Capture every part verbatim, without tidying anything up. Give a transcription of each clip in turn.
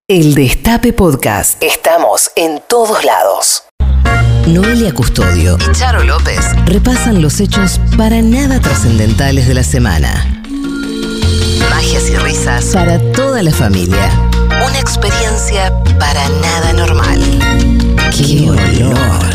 El Destape Podcast. Estamos en todos lados. Noelia Custodio y Charo López repasan los hechos para nada trascendentales de la semana. Magias y risas para toda la familia. Una experiencia para nada normal. ¡Qué olor!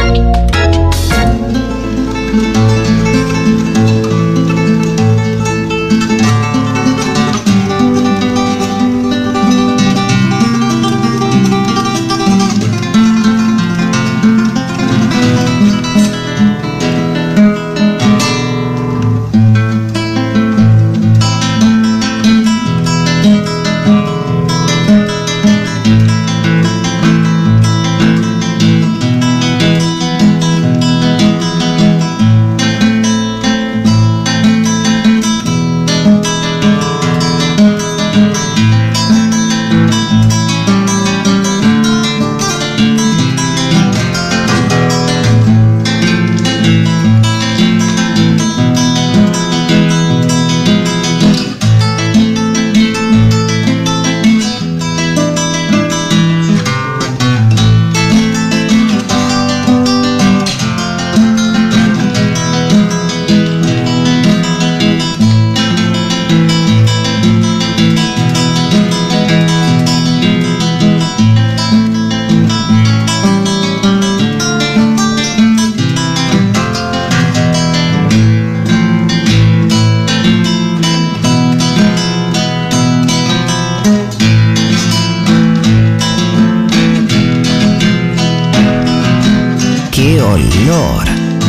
¡Qué olor!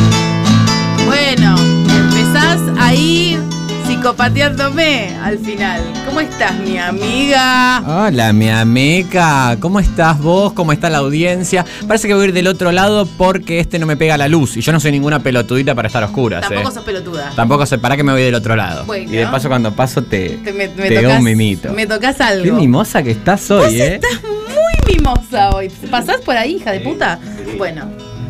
Bueno, empezás ahí psicopateándome al final. ¿Cómo estás, mi amiga? Hola, mi amiga. ¿Cómo estás vos? ¿Cómo está la audiencia? Parece que voy a ir del otro lado porque este no me pega la luz. Y yo no soy ninguna pelotudita para estar a oscuras. Tampoco eh. sos pelotuda. Tampoco soy. ¿Para que me voy del otro lado? Bueno. Y de paso, cuando paso, te, te, me, me te tocas, doy un mimito. Me tocas algo. Qué mimosa que estás hoy, Vos ¿eh? estás muy mimosa hoy. ¿Pasás por ahí, hija de puta? Bueno.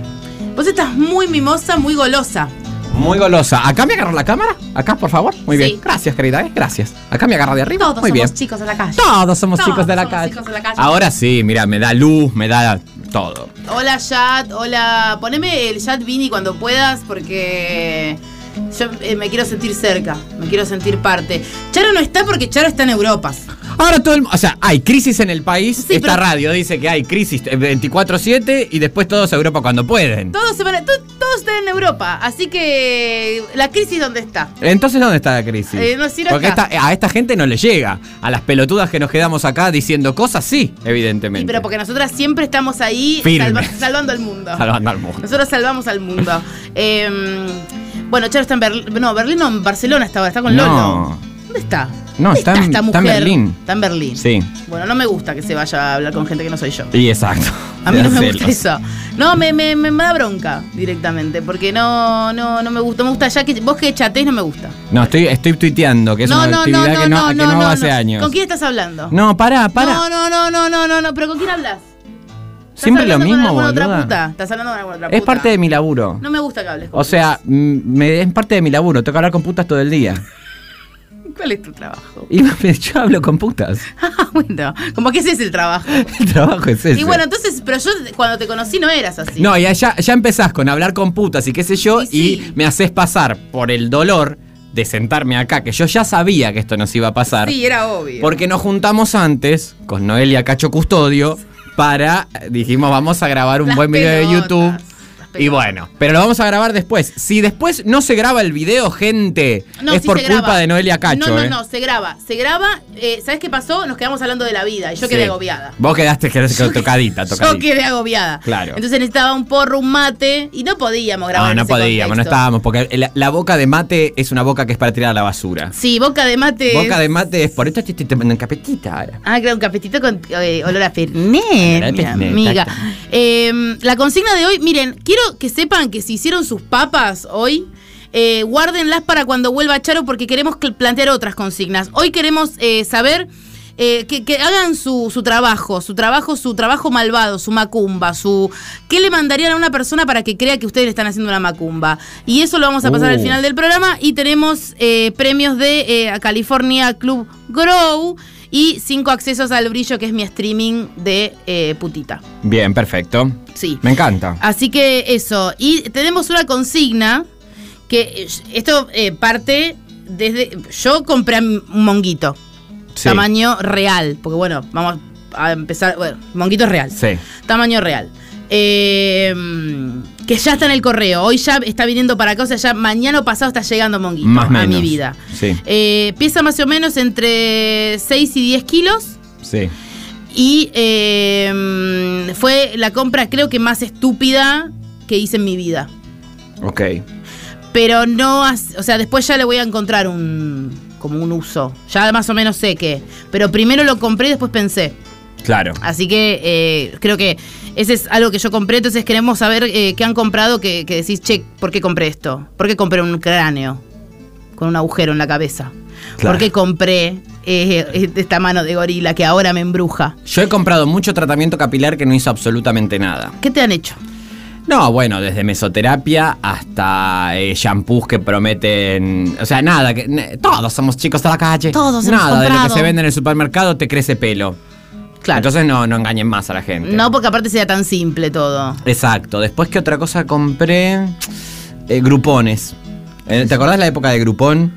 Vos estás muy mimosa, muy golosa. Muy golosa. ¿Acá me agarra la cámara? Acá, por favor. Muy Sí. bien. Gracias, querida. ¿eh? Gracias. Acá me agarra de arriba. Todos Muy somos bien. chicos de la calle. Todos somos Todos chicos de la somos calle. chicos de la calle. Ahora sí, mira, me da luz, me da todo. Hola, chat. Hola. Poneme el chat, Vini, cuando puedas, porque yo eh, me quiero sentir cerca. Me quiero sentir parte. Charo no está porque Charo está en Europa. Ahora todo el... O sea, hay crisis en el país. Sí, Esta pero- radio dice que hay crisis veinticuatro siete y después todos a Europa cuando pueden. Todos, se van a- to- todos están en Europa. Así que la crisis, ¿dónde está? Entonces, ¿dónde está la crisis? Eh, no, sí, no Porque está. esta- a esta gente no le llega. A las pelotudas que nos quedamos acá diciendo cosas, sí, evidentemente. Sí, pero porque nosotras siempre estamos ahí Firmes. salva- salvando al mundo. Salvando al mundo. Nosotros salvamos al mundo. Eh, bueno, Charo está en Berlín. No, Berlín no, en Barcelona está ahora. Está con No. Lolo. ¿Dónde está? No, ¿Dónde está en- esta está en mujer? Berlín. Está en Berlín. Sí. Bueno, no me gusta que se vaya a hablar con gente que no soy yo. Y exacto. A mí no me Celos. gusta eso. No, me, me, me, me da bronca directamente. Porque no, no, no me gusta. Me gusta ya que vos que chatees no me gusta. No, estoy, estoy tuiteando, que es no, una no, no, actividad no, que no, no, que no, no hago no, hace no. años. ¿Con quién estás hablando? No, pará, pará. No, no, no, no, no, no, no. ¿Pero con quién hablas? ¿Estás Siempre lo hablando con mismo, alguna otra boluda. puta? ¿Estás hablando con alguna otra puta? Es parte de mi laburo. No me gusta que hables con O sea, mm, me, es parte de mi laburo. Tengo que hablar con putas todo el día. putas. ¿Cuál es tu trabajo? Y yo hablo con putas. Ah, bueno, como que ese es el trabajo. El trabajo es ese. Y bueno, entonces, pero yo cuando te conocí no eras así. No, ya, ya, ya empezás con hablar con putas y qué sé yo, Y sí. y me haces pasar por el dolor de sentarme acá, que yo ya sabía que esto nos iba a pasar. Sí, era obvio. Porque nos juntamos antes con Noelia Cacho Custodio para, dijimos, vamos a grabar un Las buen video de pelotas, YouTube. las Y pelotas. bueno, pero lo vamos a grabar después. Si después no se graba el video, gente, No, es sí por se culpa graba. de Noelia Cacho. No, no, eh. no, se graba. Se graba. Eh, ¿Sabes qué pasó? Nos quedamos hablando de la vida y yo Sí. quedé agobiada. Vos quedaste que- tocadita, tocadita. Yo quedé agobiada. Claro. Entonces necesitaba un porro, un mate y no podíamos grabar. No, en no ese podíamos, no contexto. estábamos, porque la, la boca de mate es una boca que es para tirar a la basura. Sí, boca de mate. Boca es- de mate es por esto te estoy tomando un capetita ahora. Ah, claro, un cafetito con eh, olor a Olor Fernet, a mi Fernet, amiga. exacto. Eh, la consigna de hoy, miren, quiero que sepan que si hicieron sus papas hoy, eh, guárdenlas para cuando vuelva Charo porque queremos cl- plantear otras consignas. Hoy queremos eh, saber eh, que, que hagan su, su trabajo, su trabajo, su trabajo malvado, su macumba, su ¿qué le mandarían a una persona para que crea que ustedes le están haciendo una macumba? Y eso lo vamos a pasar Uh. al final del programa y tenemos eh, premios de eh, California Club Grow. Y cinco accesos al brillo, que es mi streaming de eh, putita. Bien, perfecto. Sí. Me encanta. Así que eso. Y tenemos una consigna que esto eh, parte desde... Yo compré un monguito. Sí. Tamaño real. Porque bueno, vamos a empezar... Bueno, monguito real. Sí. Tamaño real. Eh, que ya está en el correo. Hoy ya está viniendo para acá. O sea, ya mañana o pasado está llegando monguito más a menos. mi vida. Sí. Eh, pesa más o menos entre seis y diez kilos. Sí. Y eh, fue la compra creo que más estúpida que hice en mi vida. Ok. Pero no, o sea, después ya le voy a encontrar un como un uso. Ya más o menos sé qué. Pero primero lo compré y después pensé. Claro. Así que eh, creo que ese es algo que yo compré. Entonces queremos saber eh, qué han comprado que, que decís, che, ¿por qué compré esto? ¿Por qué compré un cráneo con un agujero en la cabeza? Claro. ¿Por qué compré eh, esta mano de gorila que ahora me embruja? Yo he comprado mucho tratamiento capilar que no hizo absolutamente nada. ¿Qué te han hecho? No, bueno, desde mesoterapia hasta eh, shampoos que prometen... O sea, nada, que ne, todos somos chicos de la calle. Todos hemos Nada comprado. De lo que se vende en el supermercado te crece pelo. Claro. Entonces no, no engañen más a la gente. No, porque aparte sea tan simple todo. Exacto. Después, ¿qué otra cosa compré? Eh, grupones. Eh, ¿Te acordás de la época de Grupón?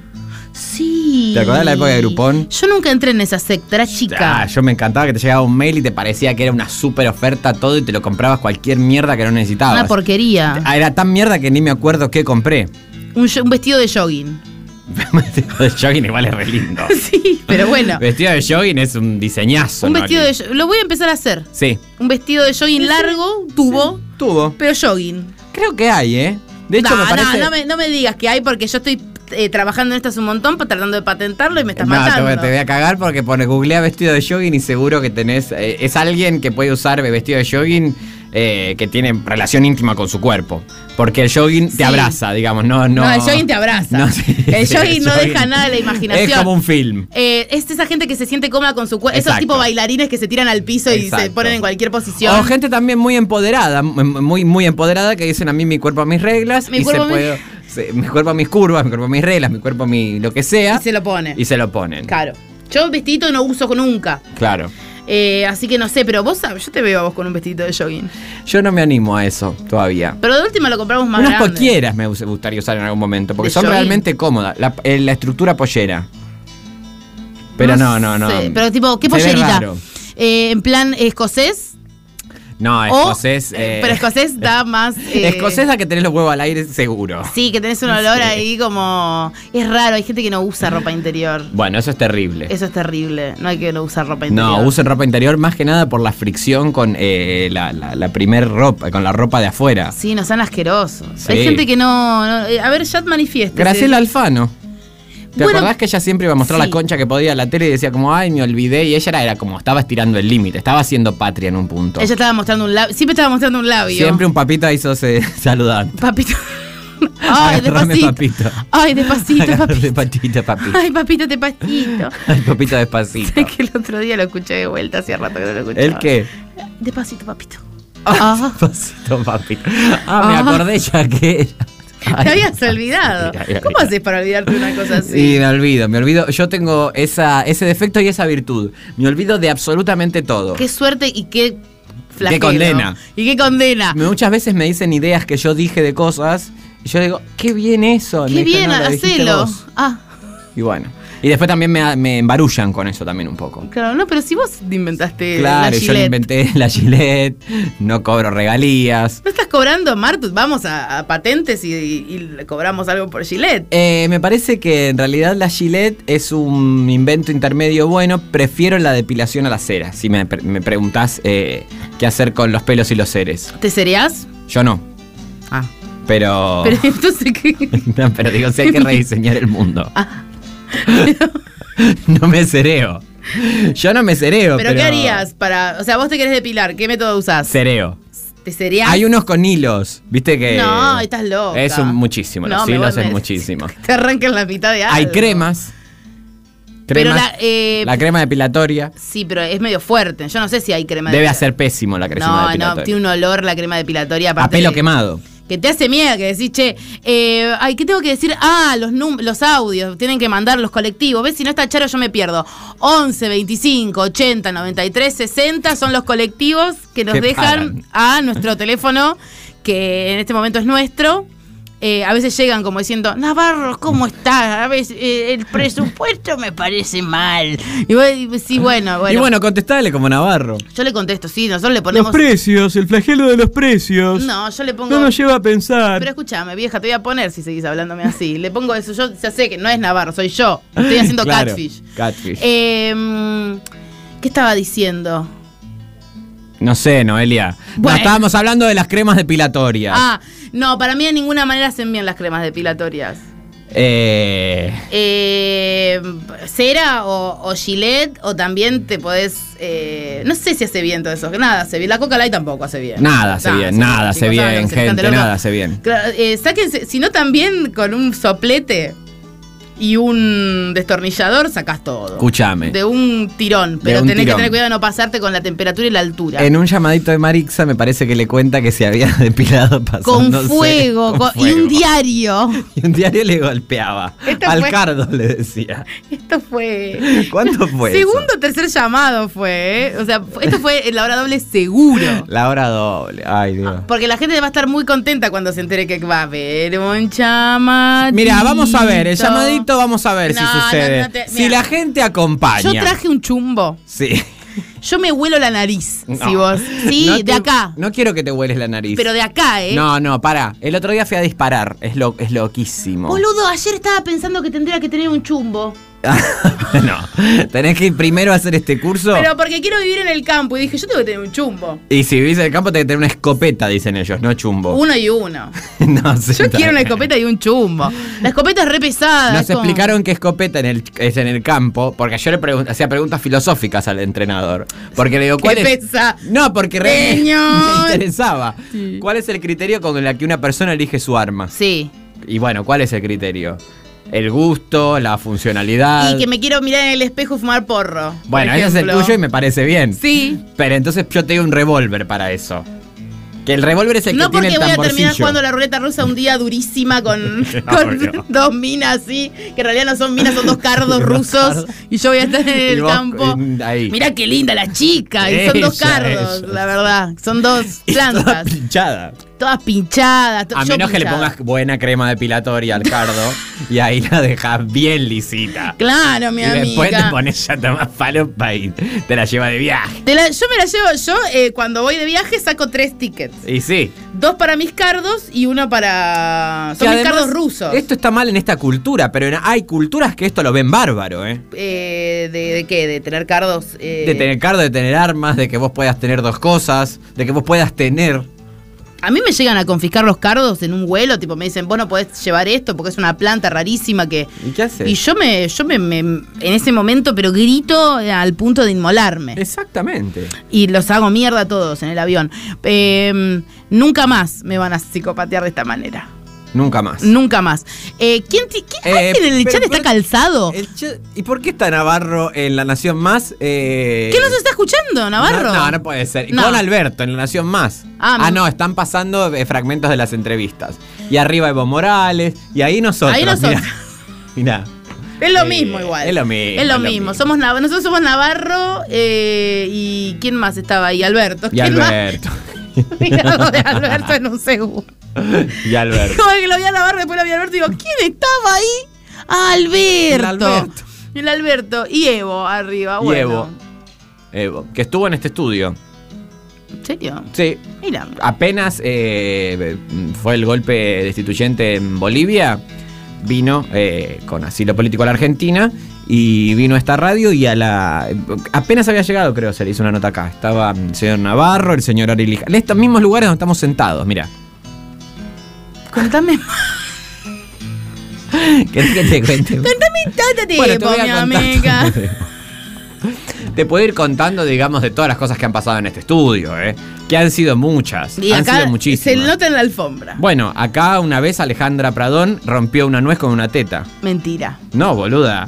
Sí. ¿Te acordás de la época de Grupón? Yo nunca entré en esa secta, era chica. Ah, yo me encantaba que te llegaba un mail y te parecía que era una súper oferta todo y te lo comprabas cualquier mierda que no necesitabas. Una porquería. Ah, era tan mierda que ni me acuerdo qué compré. Un, un vestido de jogging. Un vestido de jogging igual es re lindo. Sí, pero bueno. Vestido de jogging es un diseñazo. Un ¿no? vestido de jogging. Lo voy a empezar a hacer. Sí. Un vestido de jogging largo, tubo. Sí, tubo. Pero jogging. Creo que hay, ¿eh? De hecho, no, me parece... no, no me, no me digas que hay porque yo estoy eh, trabajando en esto hace un montón, tratando de patentarlo y me estás no, matando. Te, te voy a cagar porque pone googlea vestido de jogging y seguro que tenés... Eh, es alguien que puede usar vestido de jogging eh, que tiene relación íntima con su cuerpo. Porque el jogging sí. te abraza, digamos, no... No, no el jogging te abraza. No, sí, el jogging el no jogging deja nada de la imaginación. Es como un film. Eh, es esa gente que se siente cómoda con su cuerpo. Esos tipo bailarines que se tiran al piso Exacto. y se ponen en cualquier posición. O gente también muy empoderada, muy, muy empoderada, que dicen a mí mi cuerpo a mis reglas. Mi y cuerpo se puede, se, mi cuerpo a mis curvas, mi cuerpo a mis reglas, mi cuerpo a mi lo que sea. Y se lo pone. Y se lo ponen. Claro. Yo vestidito no uso nunca. Claro. Eh, así que no sé, pero vos sabes, yo te veo a vos con un vestidito de jogging. Yo no me animo a eso todavía. Pero de última lo compramos más Unas grande. Unas polleras me gustaría usar en algún momento, porque ¿De son jogging? realmente cómodas. La, eh, la estructura pollera. Pero no, no, no. Sé. no. Pero tipo, ¿qué Se ve pollerita? raro. Eh, ¿En plan escocés? No, escocés. O, eh, pero escocés da más. Eh, escocés da que tenés los huevos al aire seguro. Sí, que tenés un olor Sí. ahí como. Es raro, hay gente que no usa ropa interior. Bueno, eso es terrible. Eso es terrible. No hay que no usar ropa interior. No, usen ropa interior más que nada por la fricción con eh, la, la, la primer ropa, con la ropa de afuera. Sí, nos son asquerosos. Sí. Hay gente que no. no eh, a ver, Chat manifiesta. Graciela Alfano. ¿Te Bueno, acordás que ella siempre iba a mostrar sí. la concha que podía a la tele y decía como, ay, me olvidé? Y ella era, era como, estaba estirando el límite, estaba haciendo patria en un punto. Ella estaba mostrando un labio. Siempre estaba mostrando un labio. Siempre un papito hizo se, saludante. Papito. Ay, Agarrame, despacito. papito. Ay, despacito, Agarrame, papito. patito, papito. Ay, papito, despacito. Ay, papito despacito. Sé que el otro día lo escuché de vuelta, hacía rato que no lo escuchaba. ¿El qué? Despacito, papito. Ah, despacito, papito. Ah, me Ah. acordé ya que... Te habías olvidado. Sí, había ¿Cómo olvidado. haces para olvidarte de una cosa así? Sí, me olvido, me olvido. Yo tengo esa, ese defecto y esa virtud. Me olvido de absolutamente todo. Qué suerte y qué flagelo. Qué condena. Y qué condena. Muchas veces me dicen ideas que yo dije de cosas y yo digo, qué bien eso. Qué Me dijo, bien, "No, lo dijiste hacelo. vos". Ah, Y bueno. Y después también me, me embarullan con eso también un poco. claro, no, pero si vos te inventaste Claro, la yo le Gillette. inventé la Gillette, no cobro regalías. ¿No estás cobrando, Martu? Vamos a, a patentes y, y- y le cobramos algo por Gillette. Eh, me parece que en realidad la Gillette es un invento intermedio bueno. Prefiero la depilación a la cera. Si me, pre- me preguntás eh, qué hacer con los pelos y los seres. ¿Te cereás? Yo no, Ah. pero... Pero entonces, ¿qué? No, pero digo, si hay que rediseñar el mundo. Ah. No me cereo. Yo no me cereo, ¿Pero pero... qué harías para...? O sea, vos te querés depilar, ¿qué método usás? Cereo. ¿Te cereás? Hay unos con hilos, viste que... No, estás loca. Es un muchísimo, los No, me hilos voy- es me- muchísimo. Te arrancan la mitad de algo. Hay cremas. Pero cremas la, eh, la crema depilatoria. Sí, pero es medio fuerte. Yo no sé si hay crema Debe depilatoria. hacer pésimo la crema No, depilatoria. no, tiene un olor la crema depilatoria. A aparte pelo de- quemado. que te hace miedo, que decís, che, eh, ay, ¿qué tengo que decir? Ah, los num- los audios, tienen que mandar los colectivos. ¿Ves? Si no está Charo, yo me pierdo. once, veinticinco, ochenta, noventa y tres, sesenta son los colectivos que nos Que dejan paran. a nuestro teléfono, que en este momento es nuestro. Eh, a veces llegan como diciendo, Navarro, ¿cómo estás? A veces eh, el presupuesto me parece mal. Y vos decís, sí, bueno, bueno. Y bueno, contestale como Navarro. Yo le contesto, sí, nosotros le ponemos... Los precios, el flagelo de los precios. No, yo le pongo... No nos lleva a pensar. Pero escúchame, vieja, te voy a poner si seguís hablándome así. Le pongo eso, yo ya sé que no es Navarro, soy yo. Estoy haciendo Claro, catfish. catfish. Eh, ¿Qué estaba diciendo? No sé, Noelia. Bueno. No, estábamos hablando de las cremas depilatorias. Ah, no, para mí de ninguna manera hacen bien las cremas depilatorias. Eh... Eh, cera o, o Gillette, o también te podés... eh, no sé si hace bien todo eso. Nada hace bien. La Coca Light tampoco hace bien. Nada hace bien, nada hace chicos, saben bien, lo que se gente, loco. nada hace bien. Claro, eh, sáquense, si no también con un soplete y un destornillador sacás todo. Escúchame. De un tirón, pero un tenés tirón. que tener cuidado de no pasarte con la temperatura y la altura. En un llamadito de Marixa me parece que le cuenta que se había depilado con pasándose fuego, con con- y un fuego. diario. Y un diario le golpeaba. Esto Al fue- cardo le decía. Esto fue... ¿Cuánto fue eso? Segundo o tercer llamado fue, ¿eh? O sea, fu- esto fue en la hora doble seguro. La hora doble. Ay, Dios. Porque la gente va a estar muy contenta cuando se entere que va a haber un llamadito. Mira, vamos a ver, el llamadito, vamos a ver No, si sucede. no, no te- si mira. la gente acompaña. Yo traje un chumbo. Sí. Yo me huelo la nariz, No. si vos. Sí, No de te- acá. No quiero que te hueles la nariz. Pero de acá, ¿eh? No, no, pará. El otro día fui a disparar. Es, lo, es loquísimo. Boludo, ayer estaba pensando que tendría que tener un chumbo. No, tenés que ir primero a hacer este curso. Pero porque quiero vivir en el campo. Y dije, yo tengo que tener un chumbo. Y si vivís en el campo, tenés que tener una escopeta, dicen ellos, no chumbo. Uno y uno. No sé. Yo quiero una escopeta y un chumbo. La escopeta es re pesada. Nos es como- explicaron que escopeta en el, es en el campo, porque yo le pregun- hacía preguntas filosóficas al entrenador. Porque le digo, ¿cuál ¿Qué es? pesa? No, porque realmente Señor. me interesaba. Sí. ¿Cuál es el criterio con el que una persona elige su arma? Sí. Y bueno, ¿cuál es el criterio? El gusto, la funcionalidad. Y que me quiero mirar en el espejo y fumar porro. por Bueno, ese es el ejemplo. tuyo y me parece bien. Sí. Pero entonces yo te doy un revólver para eso. Que el revólver es el No que tiene porque el voy a tamborcillo. terminar jugando la ruleta rusa un día durísima con, con Obvio. dos minas así, que en realidad no son minas, son dos cardos Dos rusos, cardos. y yo voy a estar en Y el vos, campo. en- ahí. Mirá qué linda la chica, y son dos Ella, cardos, ella. la verdad. Son dos Y toda plantas, pinchada. todas pinchadas. to- A yo menos que le pinchada. pongas buena crema depilatoria al cardo y ahí la dejas bien lisita. Claro, mi Y después te amiga. pones ya tomás falopa y te la lleva de viaje. Te la- yo me la llevo, yo eh, cuando voy de viaje saco tres tickets. Y sí. Dos para mis cardos y uno para... Son Que mis además, cardos rusos. Esto está mal en esta cultura, pero en- hay culturas que esto lo ven bárbaro, ¿eh? Eh, de, ¿De qué? ¿De tener cardos? eh, De tener cardo, de tener armas, de que vos puedas tener dos cosas, de que vos puedas tener. A mí me llegan a confiscar los cardos en un vuelo, tipo me dicen, vos no podés llevar esto porque es una planta rarísima que... ¿Y qué haces? Y yo me, yo me, me- en ese momento, pero grito al punto de inmolarme. Exactamente. Y los hago mierda a todos en el avión. Eh, nunca más me van a psicopatear de esta manera. Nunca más. Nunca más. Eh, ¿quién, ti- quién- Eh, ¿Alguien en el pero- chat está pero- calzado? El che- ¿Y por qué está Navarro en La Nación Más? Eh, ¿Qué nos está escuchando, Navarro? No, no, no puede ser. Y No. Con Alberto en La Nación Más. Ah, Ah, m- no, están pasando eh, fragmentos de las entrevistas. Y arriba Evo Morales. Y ahí nosotros. Ahí nosotros. Mirá. Es lo Eh, mismo igual. es lo mismo, Es lo es lo mismo. mismo. Somos Nav- nosotros somos Navarro eh, y ¿quién más estaba ahí? Alberto. Y ¿Quién más? Alberto. Mira lo de Alberto en un segundo. Y Alberto. Como que lo vi a Navarro, después lo vi a Alberto y digo, ¿quién estaba ahí? Ah, Alberto. El Alberto. El Alberto. Y Evo arriba. Y Bueno. Evo. Evo. Que estuvo en este estudio. ¿En serio? Sí. Mira. Apenas eh, fue el golpe destituyente en Bolivia, vino eh, con asilo político a la Argentina y vino a esta radio y a la... Apenas había llegado, creo, se le hizo una nota acá. Estaba el señor Navarro, el señor Ari Lija. En estos mismos lugares donde estamos sentados, mira. Contame. ¿Querés que te cuente? Contame todo tipo, Bueno, te voy a mi contar amiga. todo. Te puedo ir contando, digamos, de todas las cosas que han pasado en este estudio, ¿eh? Que han sido muchas. Y han acá sido se muchísimas. nota en la alfombra. Bueno, acá una vez Alejandra Pradón rompió una nuez con una teta. Mentira. No, boluda.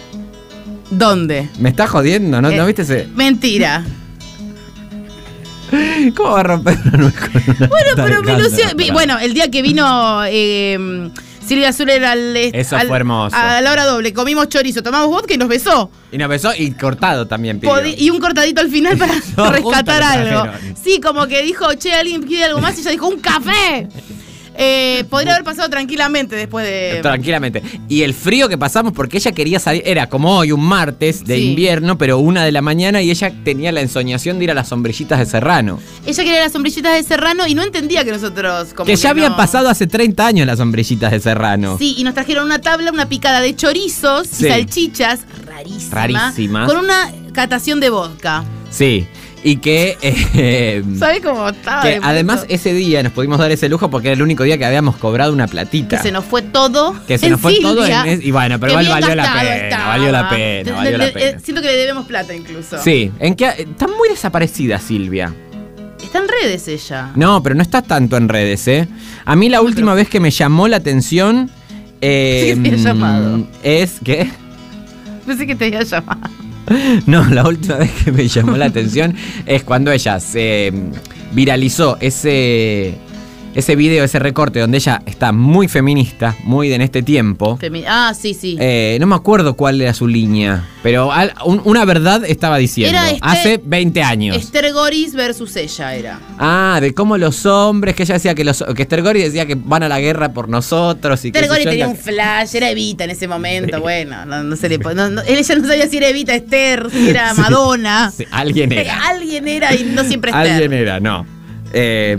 ¿Dónde? ¿Me estás jodiendo? ¿No, Eh, ¿no viste ese? Mentira. ¿Cómo va a romper una nuez con una Bueno, tarta pero de me caldo ilusionó. natural? Bueno, el día que vino eh, Silvia Zuller al, Eso al- fue hermoso. a la hora doble, comimos chorizo, tomamos vodka y nos besó. Y nos besó y cortado también pidió. Podi- y un cortadito al final para No, rescatar juntos lo algo. trajeron. Sí, como que dijo, che, alguien pide algo más y ella dijo, ¡un café! Eh, podría haber pasado tranquilamente después de... Tranquilamente. Y el frío que pasamos porque ella quería salir, era como hoy, un martes de Sí. invierno, pero una de la mañana y ella tenía la ensoñación de ir a las sombrillitas de Serrano. Ella quería las sombrillitas de Serrano y no entendía que nosotros... Como Que ya habían no- pasado hace treinta años las sombrillitas de Serrano. Sí, y nos trajeron una tabla, una picada de chorizos Sí. y salchichas, rarísima, Rarísimas. con una catación de vodka. Sí. Y que... eh, ¿Sabes cómo estaba? que de además puto? ese día nos pudimos dar ese lujo porque era el único día que habíamos cobrado una platita. Que se nos fue todo. Que se en nos fue todo Silvia. en es- y bueno, pero Qué igual bien valió la gastado pena, estaba. valió la pena, Le- valió la le- pena. eh, Siento que le debemos plata incluso. Sí, en que está muy desaparecida Silvia. Está en redes ella. No, pero no está tanto en redes, ¿eh? A mí la última vez que me llamó la atención eh, Pensé que te había llamado. es que... Pensé que te había llamado. No, la última vez que me llamó la atención es cuando ella se mm, viralizó ese, ese video, ese recorte donde ella está muy feminista, muy de en este tiempo. Femi- ah, sí, sí. Eh, no me acuerdo cuál era su línea, pero al- un- una verdad estaba diciendo. Era este- hace veinte años. Esther Goris versus ella era. Ah, de cómo los hombres, que ella decía que los que Esther Goris decía que van a la guerra por nosotros y que Esther Goris tenía un flash, era Evita en ese momento, bueno, no, no se le po- no, no, ella no sabía si era Evita, Esther, si era Sí, Madonna. sí, alguien era. Alguien era y no siempre Esther. Alguien era, no. Eh,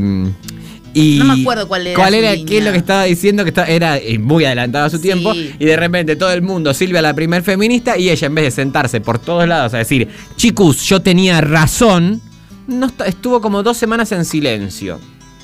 y No me acuerdo cuál era ¿Cuál su era? línea. ¿Qué es lo que estaba diciendo? Que está- era eh, muy adelantado a su Sí. tiempo. Y de repente todo el mundo, Silvia la primer feminista, y ella en vez de sentarse por todos lados a decir, chicos, yo tenía razón, no está- estuvo como dos semanas en silencio.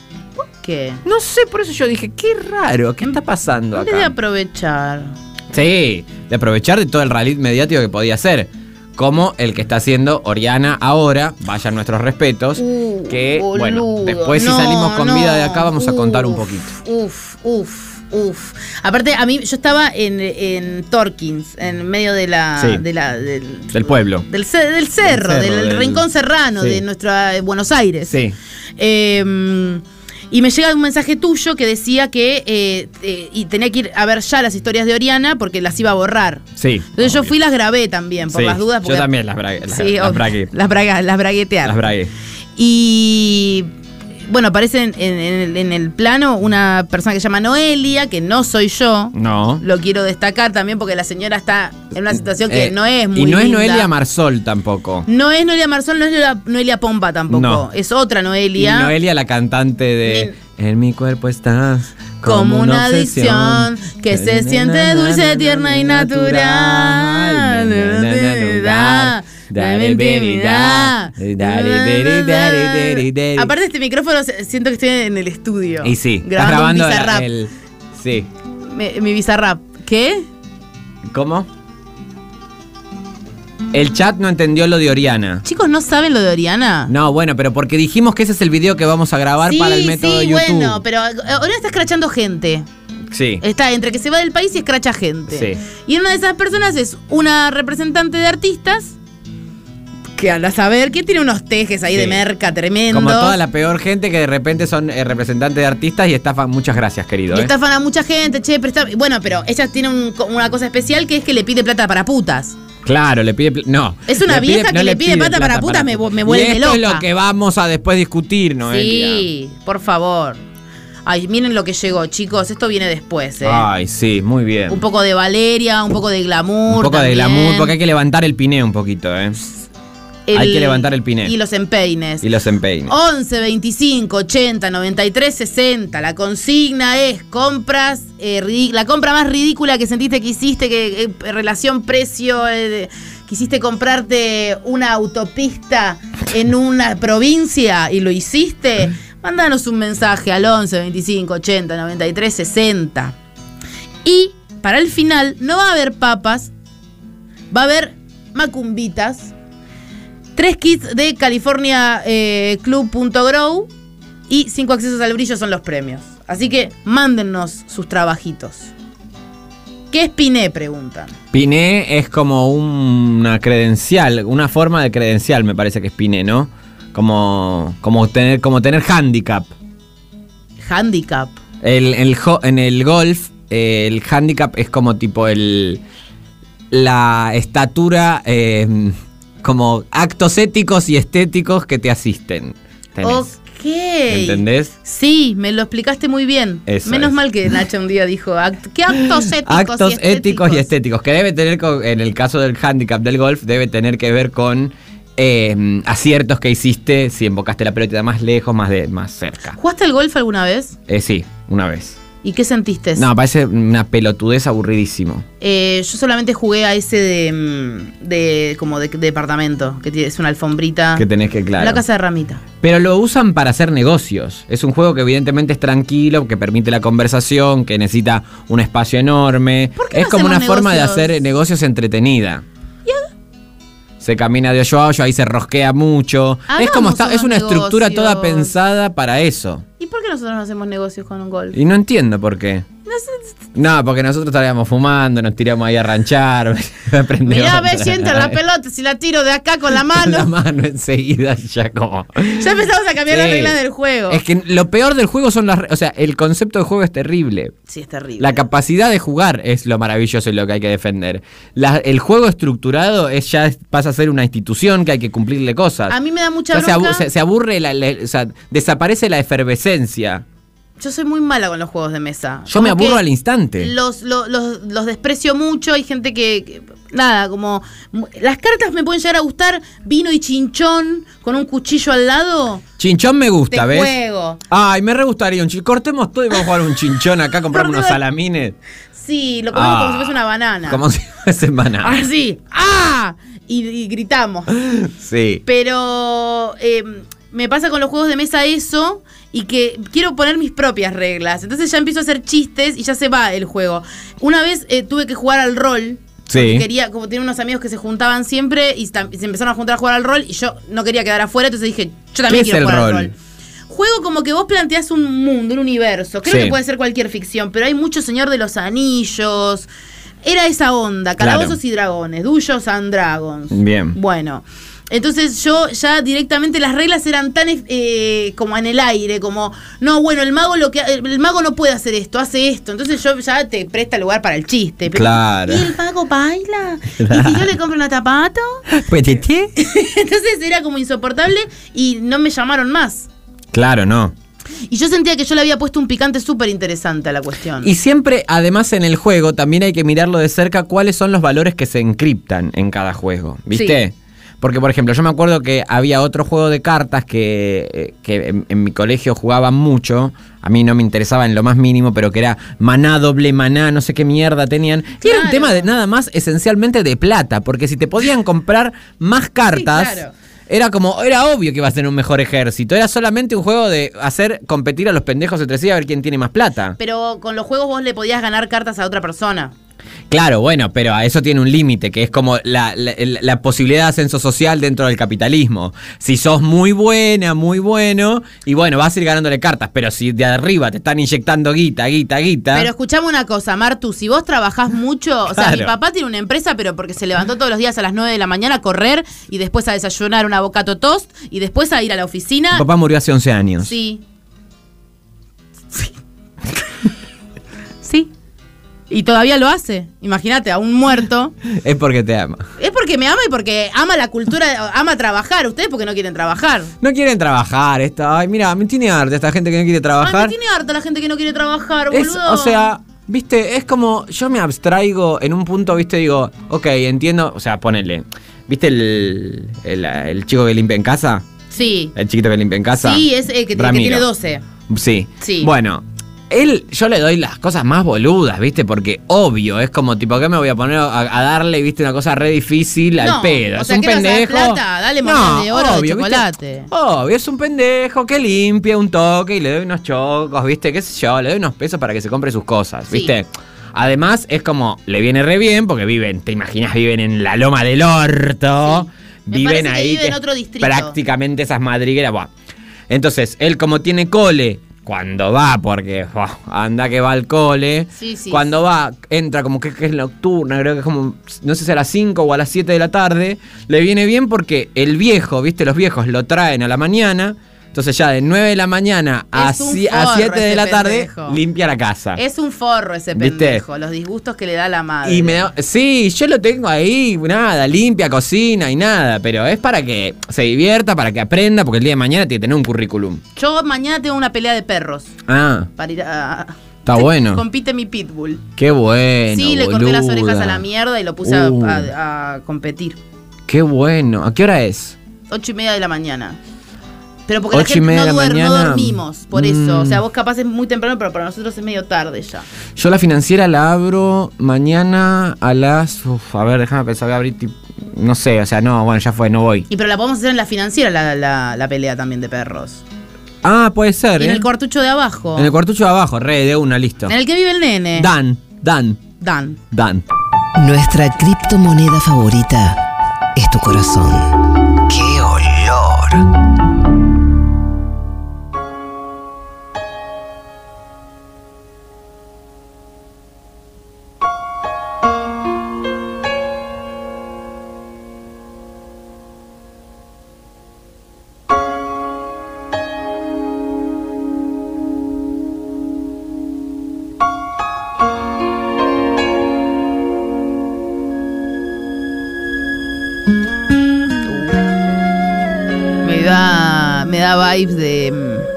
¿Qué? No sé, por eso yo dije, qué raro, ¿qué está pasando En vez de acá? aprovechar. Sí, de aprovechar de todo el rally mediático que podía hacer. Como el que está haciendo Oriana ahora, vayan nuestros respetos. Uh, que, bueno, boludo. después si No, salimos con no. vida de acá vamos a contar un Uf, poquito. Uf, uf, uf. Aparte, a mí, yo estaba en, en Torkins, en medio de la. Sí. De la del, Del pueblo. del, ce- del cerro, Del cerro, del, del- rincón serrano Sí. de nuestra eh, Buenos Aires. Sí. Eh, y me llega un mensaje tuyo que decía que eh, eh, y tenía que ir a ver ya las historias de Oriana porque las iba a borrar. Sí. Entonces yo fui y las grabé también, por Sí, las dudas. yo porque- también las bragué- las- Sí, las ob- bragué. Las, braga- las braguetear. Las bragué. Y bueno, aparece en, en- en el- en el plano una persona que se llama Noelia, que no soy yo. No. Lo quiero destacar también porque la señora está en una situación que Eh, no es muy Y no es linda. Noelia Marsol tampoco. No es Noelia Marsol, no es Noelia, Noelia Pompa tampoco. No. Es otra Y Noelia. Noelia, la cantante de En mi cuerpo estás Como una adicción que se siente dulce, tierna y natural. Aparte este micrófono se- siento que estoy en el estudio. Y sí, estás grabando grabando un Bizarrap. el. Sí. Mi, mi Bizarrap. ¿Qué? ¿Cómo? El chat no entendió lo de Oriana. Chicos, ¿no saben lo de Oriana? No, bueno, pero porque dijimos que ese es el video que vamos a grabar sí, para el método sí, de YouTube. bueno, pero eh, Oriana está escrachando gente. Sí. Está entre que se va del país y escracha gente. Sí. Y una de esas personas es una representante de artistas que anda a saber que tiene unos tejes ahí Sí. de merca tremendos. Como toda la peor gente que de repente son eh, representantes de artistas y estafan. Muchas gracias, querido. Y ¿eh? estafan a mucha gente, che, presta... Bueno, pero ella tiene un- una cosa especial que es que le pide plata para putas. Claro, le pide. pl- No. Es una Le pide- vieja que le pide plata para putas, me- me vuelve y esto es loca. lo que vamos a después discutir, Noelia. Sí, por favor. Ay, miren lo que llegó, chicos. Esto viene después, ¿eh? Ay, sí, muy bien. Un poco de Valeria, un poco de glamour. Un poco de también. glamour, porque hay que levantar el piné un poquito, ¿eh? El- hay que levantar el piné. Y los empeines. Y los empeines. once, veinticinco, ochenta, noventa y tres, sesenta. La consigna es compras, eh, ri- la compra más ridícula que sentiste que hiciste, que eh, relación precio, eh, quisiste comprarte una autopista en una provincia y lo hiciste. Mándanos un mensaje al once, veinticinco, ochenta, noventa y tres, sesenta. Y para el final no va a haber papas, va a haber macumbitas. Tres kits de California eh, Club punto grow y cinco accesos al brillo son los premios. Así que mándennos sus trabajitos. ¿Qué es Piné? Preguntan. Piné es como una credencial, una forma de credencial, me parece que es Piné, ¿no? como, como, tener, como tener handicap. Handicap. El, el, en el golf, eh, el handicap es como tipo el la estatura, eh, como actos éticos y estéticos que te asisten. Tenés. Ok. ¿Entendés? Sí, me lo explicaste muy bien. Eso Menos es. mal que Nacha un día dijo, act- ¿qué actos éticos Actos y estéticos? éticos y estéticos, que debe tener, con, en el caso del handicap del golf, debe tener que ver con eh, aciertos que hiciste, si embocaste la pelota más lejos, más, de, más cerca. ¿Jugaste al golf alguna vez? Eh, sí, una vez. ¿Y qué sentiste? No, parece una pelotudez aburridísimo. Eh, yo solamente jugué a ese de, mm, de como de, de departamento, que tiene- es una alfombrita. Que tenés que, claro. La casa de Ramita. Pero lo usan para hacer negocios. Es un juego que evidentemente es tranquilo, que permite la conversación, que necesita un espacio enorme. ¿Por qué Es no como una hacemos forma de negocios? hacer negocios entretenida. Se camina de hoyo a hoyo, ahí se rosquea mucho. Hagamos es como está, es unos una estructura negocios. toda pensada para eso. ¿Y por qué nosotros no hacemos negocios con un golf? Y no entiendo por qué. No sé. No, porque nosotros estaríamos fumando, nos tiramos ahí a ranchar. Mirá, ve, sienta la pelota, si la tiro de acá con la Con mano. la mano enseguida ya como... Ya empezamos a cambiar Sí. las reglas del juego. Es que lo peor del juego son las... re- O sea, el concepto de juego es terrible. Sí, es terrible. La capacidad de jugar es lo maravilloso y lo que hay que defender. La- el juego estructurado es ya es- pasa a ser una institución que hay que cumplirle cosas. A mí me da mucha Ya se, bronca. abu- se- se aburre, la, la- o sea, desaparece la efervescencia. Yo soy muy mala con los juegos de mesa. Yo me Como aburro que al instante. Los, los, los, los desprecio mucho. Hay gente que, que- Nada, como. Las cartas me pueden llegar a gustar. Vino y chinchón con un cuchillo al lado. Chinchón me gusta, Te ¿ves? juego. Ay, me re gustaría un chinchón. Cortemos todo y vamos a jugar un chinchón acá, compramos Por unos Dios. salamines. Sí, lo comemos Ah, como si fuese una banana. Como si fuese banana. Así. ¡Ah! Y, y gritamos. Sí. Pero eh, me pasa con los juegos de mesa eso y que quiero poner mis propias reglas. Entonces ya empiezo a hacer chistes y ya se va el juego. Una vez eh, tuve que jugar al rol. Sí. Porque quería, como tenía unos amigos que se juntaban siempre y tam- se empezaron a juntar a jugar al rol y yo no quería quedar afuera, entonces dije, yo también ¿Qué es quiero el jugar rol? al rol. Juego como que vos planteás un mundo, un universo. Creo Sí. que puede ser cualquier ficción, pero hay mucho Señor de los Anillos. Era esa onda, Claro. Calabozos y Dragones, Dungeons and Dragons. Bien. Bueno, entonces yo ya directamente las reglas eran tan eh, como en el aire, como, no, bueno, el mago lo que el mago no puede hacer esto, hace esto. Entonces yo ya te presta lugar para el chiste. Pero, Claro. ¿y el mago baila? ¿Y si yo le compro una zapato? Pues, ¿qué? Entonces era como insoportable y no me llamaron más. Claro, no. Y yo sentía que yo le había puesto un picante súper interesante a la cuestión. Y siempre, además en el juego, también hay que mirarlo de cerca cuáles son los valores que se encriptan en cada juego, ¿viste? Sí. Porque, por ejemplo, yo me acuerdo que había otro juego de cartas que, eh, que en, en mi colegio jugaban mucho. A mí no me interesaba en lo más mínimo, pero que era maná, doble maná, no sé qué mierda tenían. Y era un Claro. tema de nada más esencialmente de plata, porque si te podían comprar más cartas... Sí, claro. Era como, era obvio que iba a ser un mejor ejército. Era solamente un juego de hacer competir a los pendejos entre sí a ver quién tiene más plata. Pero con los juegos vos le podías ganar cartas a otra persona. Claro, bueno, pero a eso tiene un límite, que es como la, la, la posibilidad de ascenso social dentro del capitalismo. Si sos muy buena, muy bueno, y bueno, vas a ir ganándole cartas, pero si de arriba te están inyectando guita, guita, guita... Pero escuchame una cosa, Martu, si vos trabajás mucho, o sea, Claro. mi papá tiene una empresa, pero porque se levantó todos los días a las nueve de la mañana a correr y después a desayunar un avocado toast y después a ir a la oficina. Mi papá murió hace once años. Sí. Sí. Sí. Y todavía lo hace. Imagínate, a un muerto. Es porque te ama. Es porque me ama y porque ama la cultura, ama trabajar. Ustedes porque no quieren trabajar. No quieren trabajar, esta, ay, mira, me tiene harta esta gente que no quiere Ay, trabajar. me tiene harta la gente que no quiere trabajar, Es, boludo. o sea, viste, es como, yo me abstraigo en un punto, viste, digo, ok, entiendo, o sea, ponele, ¿viste el, el, el chico que limpia en casa? Sí. El chiquito que limpia en casa. Sí, es el que, que Ramiro. tiene doce. Sí. Sí. Bueno, él, yo le doy las cosas más boludas, ¿viste? Porque obvio, es como tipo, ¿qué me voy a poner a, a darle, viste, una cosa re difícil al No, pedo? o Es sea, un ¿qué le vas a dar pendejo. plata? Dale monedas de oro de obvio, ¿viste? chocolate. Obvio, es un pendejo que limpia un toque y le doy unos chocos, ¿viste? ¿Qué sé yo? Le doy unos pesos para que se compre sus cosas, Sí. ¿viste? Además, es como, le viene re bien porque viven, te imaginas, viven en la loma del orto. Sí. Me Viven parece que ahí. vive en que otro distrito. Prácticamente esas madrigueras. Buah. Entonces, él como tiene cole cuando va, porque oh, anda que va al cole, Sí, sí. cuando va, entra como que, que es nocturna, creo que es como, no sé si a las cinco o a las siete de la tarde, le viene bien porque el viejo, viste, los viejos lo traen a la mañana, entonces ya de nueve de la mañana a, Es un si- a forro siete de ese la tarde, pendejo. limpia la casa. Es un forro ese ¿Viste? pendejo, los disgustos que le da la madre. Y me da, sí, yo lo tengo ahí, nada, limpia, cocina y nada, pero es para que se divierta, para que aprenda, porque el día de mañana tiene que tener un currículum. Yo mañana tengo una pelea de perros Ah, para ir a... está bueno. Compite mi pitbull. Qué bueno. Sí, le corté las boluda. orejas a la mierda y lo puse a- Uh. a, a competir. Qué bueno. ¿A qué hora es? Ocho y media de la mañana. Pero porque la Ocho y gente media no, de la duer- no mañana. dormimos, por Mm. eso. O sea, vos capaz es muy temprano, pero para nosotros es medio tarde ya. Yo la financiera la abro mañana a las... Uf, a ver, déjame pensar, voy a abrir... tip- No sé, o sea, no, bueno, ya fue, no voy. Y pero la podemos hacer en la financiera, la, la, la pelea también de perros. Ah, puede ser, Y ¿eh? en el cuartucho de abajo. En el cuartucho de abajo, re, de una, listo. En el que vive el nene. Dan, Dan, Dan. Dan. Nuestra criptomoneda favorita es tu corazón. ¡Qué olor! Me da, me da vibes de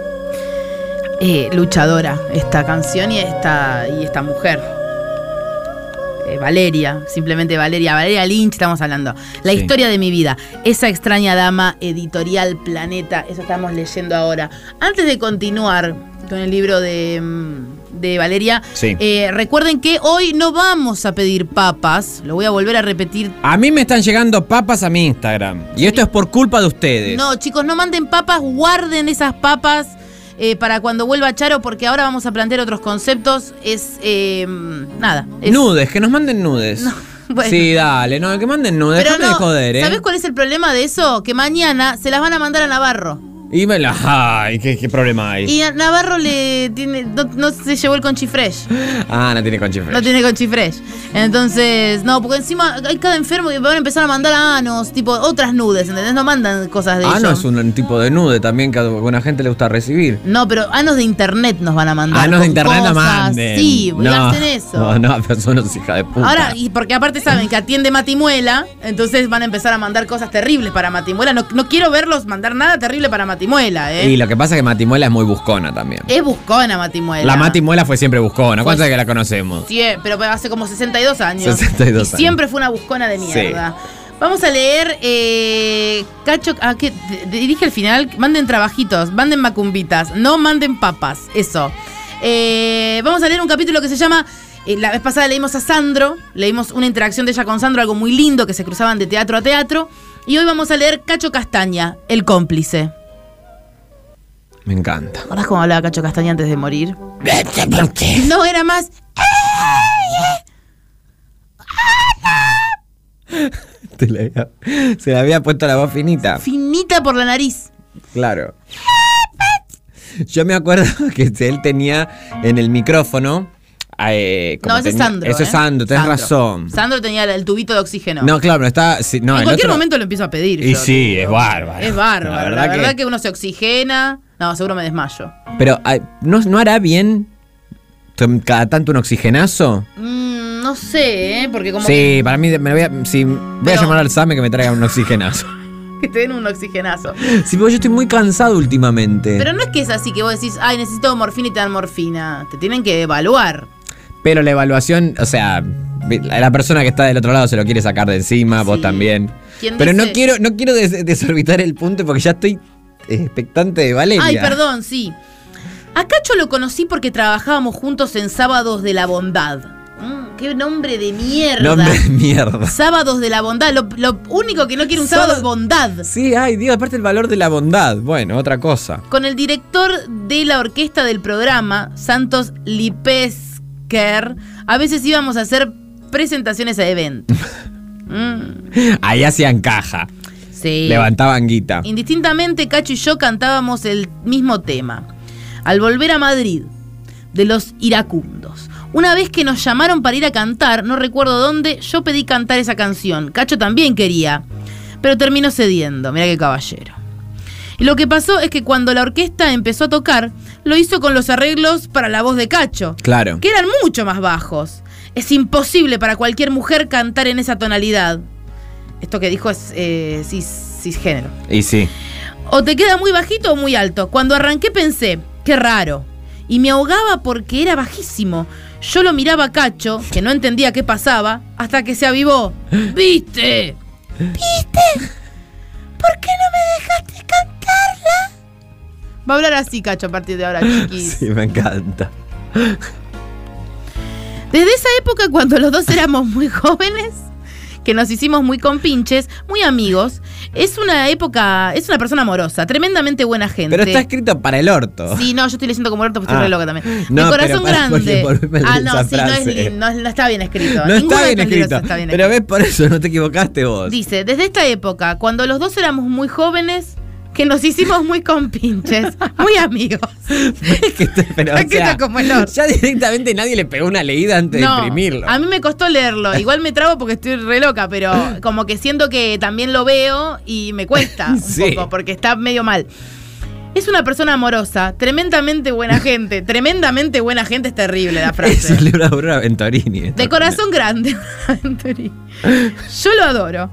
mm, eh, luchadora esta canción y esta, y esta mujer. Eh, Valeria, simplemente Valeria, Valeria Lynch estamos hablando. La Sí. historia de mi vida, esa extraña dama, editorial Planeta, eso estamos leyendo ahora. Antes de continuar con el libro de, mm, de Valeria, Sí. eh, recuerden que hoy no vamos a pedir papas, lo voy a volver a repetir. A mí me están llegando papas a mi Instagram. Y esto es por culpa de ustedes. No, chicos, no manden papas, guarden esas papas eh, para cuando vuelva Charo, porque ahora vamos a plantear otros conceptos. Es, eh, nada. Es, Nudes, que nos manden nudes. bueno. Sí, dale, no, que manden nudes. Pero Déjame no, de joder, ¿eh? ¿sabés cuál es el problema de eso? Que mañana se las van a mandar a Navarro. Y me la... Ay, ¿qué, qué problema hay? Y a Navarro le tiene, no, no se llevó el conchifresh. Ah, no tiene conchifre. No tiene conchifresh. Entonces, no, porque encima hay cada enfermo que van a empezar a mandar anos, tipo otras nudes, ¿entendés? No mandan cosas de Ah, ellos. no, es un, un tipo de nude también que a alguna gente le gusta recibir. No, pero anos de internet nos van a mandar. Anos de con internet no cosas. manden. Sí, no, gasten eso. No, no, pero son unos hijas de puta. Ahora, y porque aparte saben que atiende Matimuela, entonces van a empezar a mandar cosas terribles para Matimuela. No, no quiero verlos mandar nada terrible para Matimuela, ¿eh? Y lo que pasa es que Matimuela es muy buscona también. Es buscona Matimuela. La Matimuela fue siempre buscona. ¿Cuánto Fue- es que la conocemos? Sí, pero hace como sesenta y dos años. sesenta y dos y años. siempre fue una buscona de mierda. Vamos a leer eh, Cacho. Ah, ¿qué? D- Dije al final, manden trabajitos, manden macumbitas, no manden papas, eso. Eh, vamos a leer un capítulo que se llama. eh, la vez pasada leímos a Sandro, leímos una interacción de ella con Sandro, algo muy lindo, que se cruzaban de teatro a teatro. Y hoy vamos a leer Cacho Castaña, el cómplice. Me encanta. ¿Te acordás cómo hablaba Cacho Castaña antes de morir? No, era más. Te la había- se le había puesto la voz finita. Finita por la nariz. Claro. Yo me acuerdo que él tenía en el micrófono. eh, como No, ese es tenía- Sandro. Ese ¿eh? es Sandro, tenés Sandro. razón. Sandro tenía el tubito de oxígeno. No, claro, pero está. sí, no, en el cualquier otro- momento lo empiezo a pedir. Y yo, sí, tipo. es bárbaro. Es bárbaro. La La verdad verdad, que- que... uno se oxigena. No, seguro me desmayo. Pero, ay, ¿no, ¿no hará bien tom- cada tanto un oxigenazo? Mm, no sé, ¿eh? Porque como Sí, que, para mí, me voy a, sí, voy Pero- a llamar al SAME que me traiga un oxigenazo. que te den un oxigenazo. Sí, porque yo estoy muy cansado últimamente. Pero no es que es así que vos decís, ay, necesito morfina y te dan morfina. Te tienen que evaluar. Pero la evaluación, o sea, la persona que está del otro lado se lo quiere sacar de encima, vos Sí. también. ¿Quién Pero no dice? quiero, no quiero des- desorbitar el punto porque ya estoy eh, expectante de Valeria. Ay, perdón, sí. A Cacho lo conocí porque trabajábamos juntos en Sábados de la Bondad. Mm, qué nombre de mierda. Nombre de mierda. Sábados de la Bondad. Lo, lo único que no quiere un Sábado- sábado es bondad. Sí, ay, Dios, aparte el valor de la bondad. Bueno, otra cosa. Con el director de la orquesta del programa, Santos Lipesker, a veces íbamos a hacer presentaciones a eventos. Mm, Ahí hacían caja. sí. Levantaban guita. Indistintamente, Cacho y yo cantábamos el mismo tema. al volver a Madrid, de los iracundos. Una vez que nos llamaron para ir a cantar, no recuerdo dónde, yo pedí cantar esa canción. Cacho también quería, pero terminó cediendo. Mirá qué caballero. Y lo que pasó es que cuando la orquesta empezó a tocar, lo hizo con los arreglos para la voz de Cacho. Claro. Que eran mucho más bajos. Es imposible para cualquier mujer cantar en esa tonalidad. Esto que dijo es eh, cis, cisgénero. Y sí. O te queda muy bajito o muy alto. Cuando arranqué pensé, qué raro. Y me ahogaba porque era bajísimo. Yo lo miraba a Cacho, que no entendía qué pasaba, hasta que se avivó. ¿Viste? ¿Viste? ¿Por qué no me dejaste cantarla? Va a hablar así, Cacho, a partir de ahora, chiquis. Sí, me encanta. Desde esa época, cuando los dos éramos muy jóvenes, que nos hicimos muy compinches, muy amigos, es una época, es una persona amorosa, tremendamente buena gente. Pero está escrito para el orto. Sí, no, yo estoy leyendo como el orto porque Ah. estoy re loca también. No, de corazón pero para- grande. porque volveme a Ah, leer no, esa sí, no, es, frase. no, no está bien escrito. No Ninguno está de bien estos libros escrito. está bien Pero escrito. ves, por eso no te equivocaste vos. Dice, desde esta época, cuando los dos éramos muy jóvenes, que nos hicimos muy compinches, muy amigos. Es que te- pero, o Es que sea, está como el orto. ya directamente nadie le pegó una leída antes No, de imprimirlo. a mí me costó leerlo. Igual me trabo porque estoy re loca, pero como que siento que también lo veo y me cuesta un Sí. poco porque está medio mal. Es una persona amorosa, tremendamente buena gente. Tremendamente buena gente es terrible la Es frase. un libro de Aurora Ventorini. esto. De corazón grande. Yo lo adoro.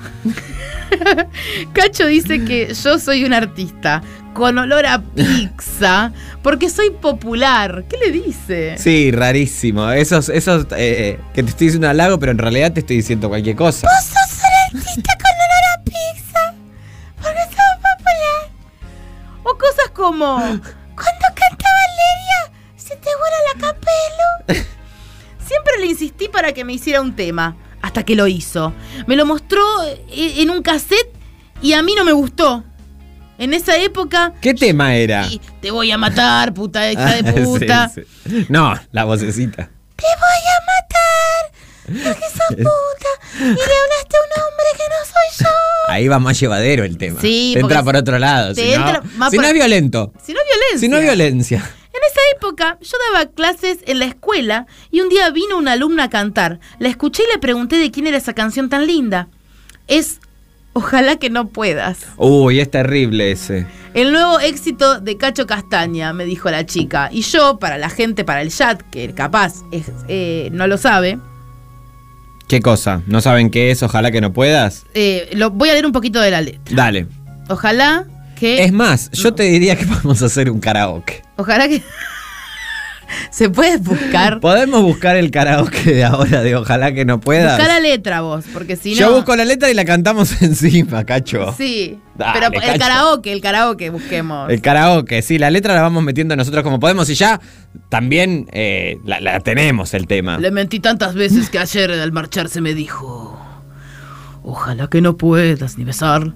Cacho dice que yo soy un artista con olor a pizza porque soy popular. ¿Qué le dice? Sí, rarísimo. Esos, esos eh, que te estoy diciendo un halago, pero en realidad te estoy diciendo cualquier cosa. Vos sos un artista con olor a pizza porque sos popular. O cosas como cuando canta Valeria se te vuela la capelo. Siempre le insistí para que me hiciera un tema, hasta que lo hizo. Me lo mostró en un cassette y a mí no me gustó. En esa época... ¿Qué tema era? Y te voy a matar, puta hija Ah, de puta. sí, sí. No, la vocecita. Te voy a matar porque sos puta y le hablaste a un hombre que no soy yo. Ahí va más llevadero el tema. Sí, te entra porque por otro lado. te Si, entra no, más si por- no es violento. Si no violencia. Si no es violencia. En esa época yo daba clases en la escuela y un día vino una alumna a cantar. La escuché y le pregunté de quién era esa canción tan linda. Es Ojalá que no puedas. Uy, es terrible ese. El nuevo éxito de Cacho Castaña, me dijo la chica. Y yo, para la gente, para el chat, que capaz es, eh, no lo sabe, ¿Qué cosa? ¿No saben qué es? Ojalá que no puedas. eh, lo, voy a leer un poquito de la letra. Dale. Ojalá que... Es más, yo No. te diría que podemos hacer un karaoke. Ojalá que... Se puede buscar... Podemos buscar el karaoke de ahora de Ojalá que no puedas. Buscar la letra vos, porque si no... Yo busco la letra y la cantamos encima, Cacho. Sí, Dale, pero el Cacho. karaoke, el karaoke busquemos. El karaoke, sí, la letra la vamos metiendo nosotros como podemos y ya también eh, la, la tenemos el tema. Le mentí tantas veces que ayer al marcharse me dijo: ojalá que no puedas ni besar.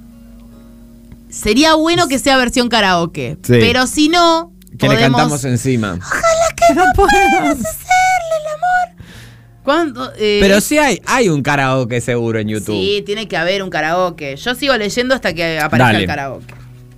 Sería bueno que sea versión karaoke, Sí. pero si no, Que le podemos... cantamos encima. Ojalá que no puedas hacerle el amor. ¿Cuándo? Eh, Pero sí hay, hay un karaoke seguro en YouTube. Sí, tiene que haber un karaoke. Yo sigo leyendo hasta que aparezca Dale. el karaoke.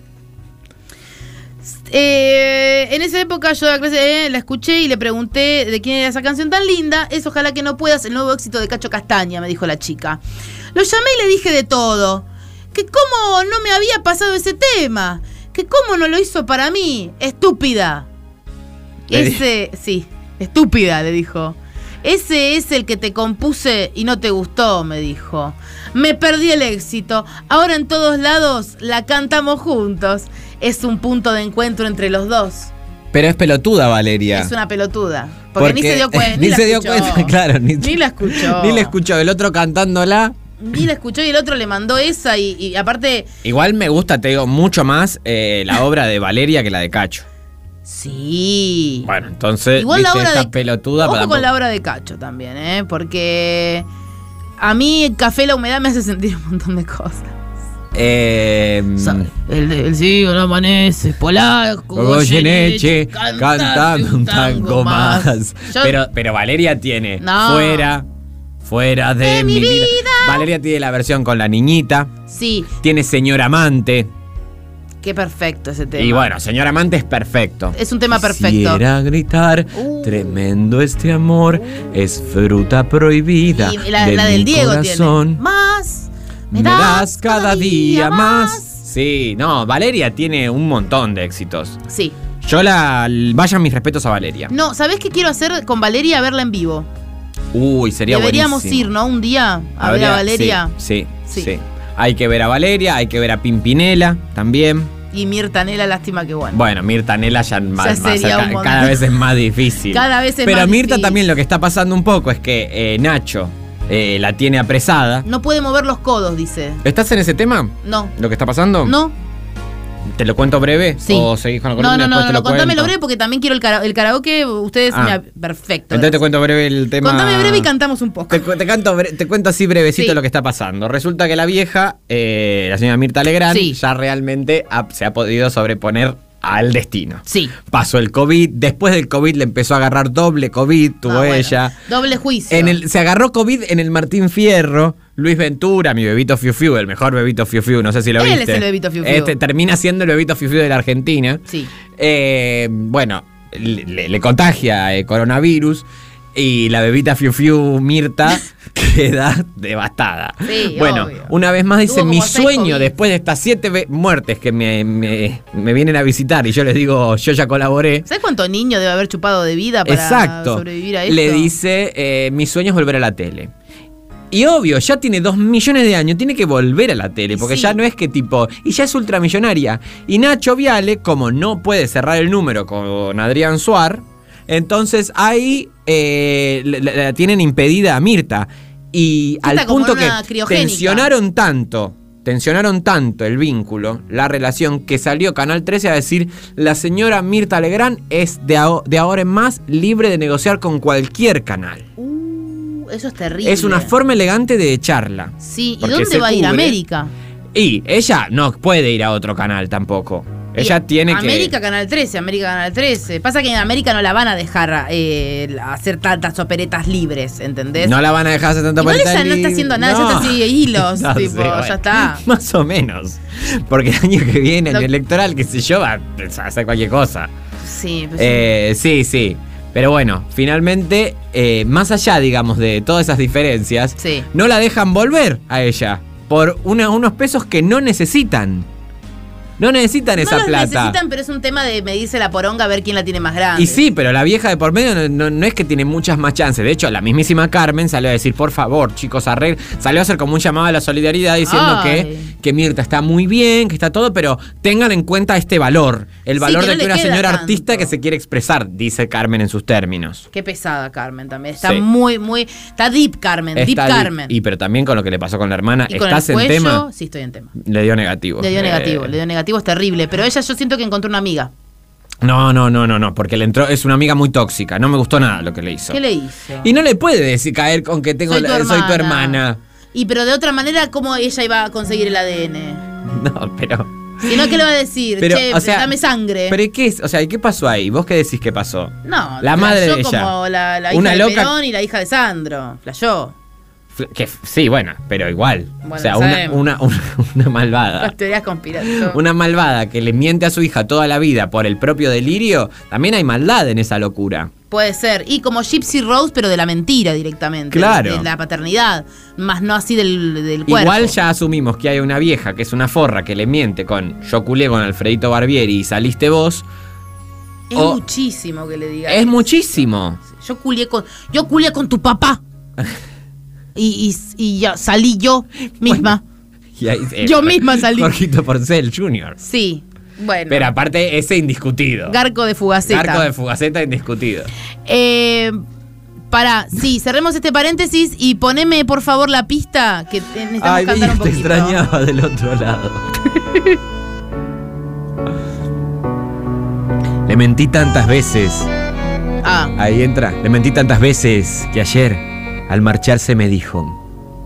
Eh, en esa época yo la clase eh, la escuché y le pregunté de quién era esa canción tan linda. Es Ojalá que no puedas, el nuevo éxito de Cacho Castaña, me dijo la chica. Lo llamé y le dije de todo. Que cómo no me había pasado ese tema. Que cómo no lo hizo para mí. Estúpida. Le di- Ese, sí, estúpida, le dijo. Ese es el que te compuse y no te gustó, me dijo. Me perdí el éxito. Ahora en todos lados la cantamos juntos. Es un punto de encuentro entre los dos. Pero es pelotuda, Valeria. Es una pelotuda. Porque, ni se dio cuenta. Ni la se dio escuchó. cuenta, claro. Ni, Ni la escuchó. Ni la escuchó. El otro cantándola. Ni la escuchó y el otro le mandó esa y, y aparte... Igual me gusta, te digo, mucho más eh, la obra de Valeria que la de Cacho. Sí. Bueno, entonces, Igual la viste, obra esta de pelotuda. Ojo para- con la obra de Cacho también, ¿eh? Porque a mí el Café La Humedad me hace sentir un montón de cosas. Eh, ¿Sabe? El, el cielo no amanece, polaco, Goyeneche cantando un tango más. Yo- Pero, pero Valeria tiene No. fuera, fuera de, De mi mi vida. vida. Valeria tiene la versión con la niñita, Sí, tiene Señor Amante, Qué perfecto ese tema. Y bueno, Señor Amante es perfecto. Es un tema perfecto. Quisiera gritar, Uh. tremendo este amor, es fruta prohibida. Y la, de la del mi Diego corazón. tiene. Más. Me das cada día más. Sí, no, Valeria tiene un montón de éxitos. Sí. Yo la. Vayan mis respetos a Valeria. No, ¿sabés qué quiero hacer con Valeria? Verla en vivo. Uy, sería Deberíamos buenísimo. ir, ¿no? Un día a Habría- ver a Valeria. Sí, sí, Sí. sí. Hay que ver a Valeria, hay que ver a Pimpinela también. Y Mirta Nela, lástima que bueno. Bueno, Mirta Nela ya, más, más sería cerca- un montón. cada vez es más difícil. Cada vez es Pero más Mirta difícil. también lo que está pasando un poco es que eh, Nacho eh, la tiene apresada. No puede mover los codos, dice. ¿Estás en ese tema? No. ¿Lo que está pasando? No. ¿Te lo cuento breve? Sí. ¿O seguís con la No, columna? no, no, Después te no, lo contámelo cuento? breve porque también quiero el, kara- el karaoke. Ustedes Ah. me... Perfecto. Entonces te gracias. cuento breve el tema. Contame breve y cantamos un poco. Te, cu- te canto bre- te cuento así brevecito Sí. lo que está pasando. Resulta que la vieja, eh, la señora Mirta Legrand, Sí. ya realmente ha- se ha podido sobreponer al destino. Sí. Pasó el COVID, después del COVID le empezó a agarrar doble COVID, tuvo Ah, bueno. ella. Doble juicio. En el, se agarró COVID en el Martín Fierro, Luis Ventura, mi bebito Fiu Fiu, el mejor bebito Fiu Fiu, no sé si lo Él viste. es el bebito Fiu Fiu. Este termina siendo el bebito Fiu Fiu de la Argentina. Sí. Eh, bueno, le, le contagia eh, coronavirus y la bebita Fiu Fiu Mirta queda devastada. Sí, bueno, obvio. una vez más dice, Tuvo mi como seis sueño COVID. después de estas siete ve- muertes que me, me- me vienen a visitar y yo les digo, yo ya colaboré. ¿Sabes cuánto niño debe haber chupado de vida para Exacto. sobrevivir a esto? Le dice, eh, mi sueño es volver a la tele. Y obvio, ya tiene dos millones de años, tiene que volver a la tele, porque Sí. ya no es que tipo, y ya es ultramillonaria. Y Nacho Viale, como no puede cerrar el número con Adrián Suar, entonces ahí eh, la, la- la tienen impedida a Mirta. Y Está al como punto en una que criogénica. tensionaron tanto, tensionaron tanto el vínculo, la relación, que salió Canal trece a decir, la señora Mirta Legrand es de, aho- de ahora en más libre de negociar con cualquier canal. Uh, eso es terrible. Es una forma elegante de echarla. Sí, ¿y porque dónde se va a ir? cubre. América. Y ella no puede ir a otro canal tampoco. Ella Y tiene América, que... Canal trece, América, Canal trece. Pasa que en América no la van a dejar eh, hacer tantas operetas libres, ¿entendés? No la van a dejar hacer tanta Igual paleta ella no está li- haciendo nada, ya está así hilos, No tipo, sé, bueno, ya está. Más o menos. Porque el año que viene, Lo- el electoral, qué sé yo, va a hacer cualquier cosa. Sí, pues Eh, sí, sí. Pero bueno, finalmente, eh, más allá, digamos, de todas esas diferencias, Sí. no la dejan volver a ella por una- unos pesos que no necesitan. No necesitan no esa los plata. necesitan, pero es un tema de medirse la poronga a ver quién la tiene más grande. Y sí, pero la vieja de por medio no, no- no es que tiene muchas más chances. De hecho, la mismísima Carmen salió a decir, por favor, chicos, arreglen. Salió a hacer como un llamado a la solidaridad diciendo Ay. que, que Mirta está muy bien, que está todo, pero tengan en cuenta este valor. El Sí, valor que no de que le una queda señora tanto. artista que se quiere expresar, dice Carmen en sus términos. Qué pesada Carmen también. Está Sí. muy, muy. Está deep Carmen, deep Está- Carmen. Y pero también con lo que le pasó con la hermana, Y con el ¿estás en cuello, tema? sí estoy en tema. Le dio negativo. Le dio Eh, negativo, le dio negativo, es terrible. Pero ella yo siento que encontró una amiga. No, no, no, no, no, porque le entró, es una amiga muy tóxica. No me gustó nada lo que le hizo. ¿Qué le hizo? Y no le puede decir caer con que tengo Soy tu la- soy tu hermana. hermana. Y pero de otra manera, ¿cómo ella iba a conseguir el A D N? No, pero. Si no, ¿qué le va a decir? Pero, che, o sea, dame sangre. ¿Pero y qué es? O sea, ¿y qué pasó ahí? ¿Vos qué decís que pasó? no, la madre flayó de ella. como la, la hija Una de loca- Perón y la hija de Sandro. Flayó. Fl- Que, sí, bueno, pero igual. Bueno, o sea, lo una, sabemos. una, una, una malvada. Las teorías conspirativas. Una malvada que le miente a su hija toda la vida por el propio delirio. También hay maldad en esa locura. Puede ser. Y como Gypsy Rose, pero de la mentira directamente. Claro. De la paternidad. Más no así del, del cuerpo. Igual ya asumimos que hay una vieja que es una forra que le miente con yo culé con Alfredito Barbieri y saliste vos. Es o- muchísimo que le diga Es eso. muchísimo. Yo culié con. Yo culié con tu papá. y, y, y ya salí yo misma. Y ahí- eh, Yo misma salí. Jorgito Porcel junior Sí. Bueno. Pero aparte, ese indiscutido. Garco de Fugaceta. Garco de Fugaceta indiscutido. Eh, para, sí, cerremos este paréntesis y poneme por favor la pista que te- necesitamos Ay, cantar un te poquito. extrañaba del otro lado. Le mentí tantas veces. Ah, Ahí entra. Le mentí tantas veces que ayer, al marcharse, me dijo: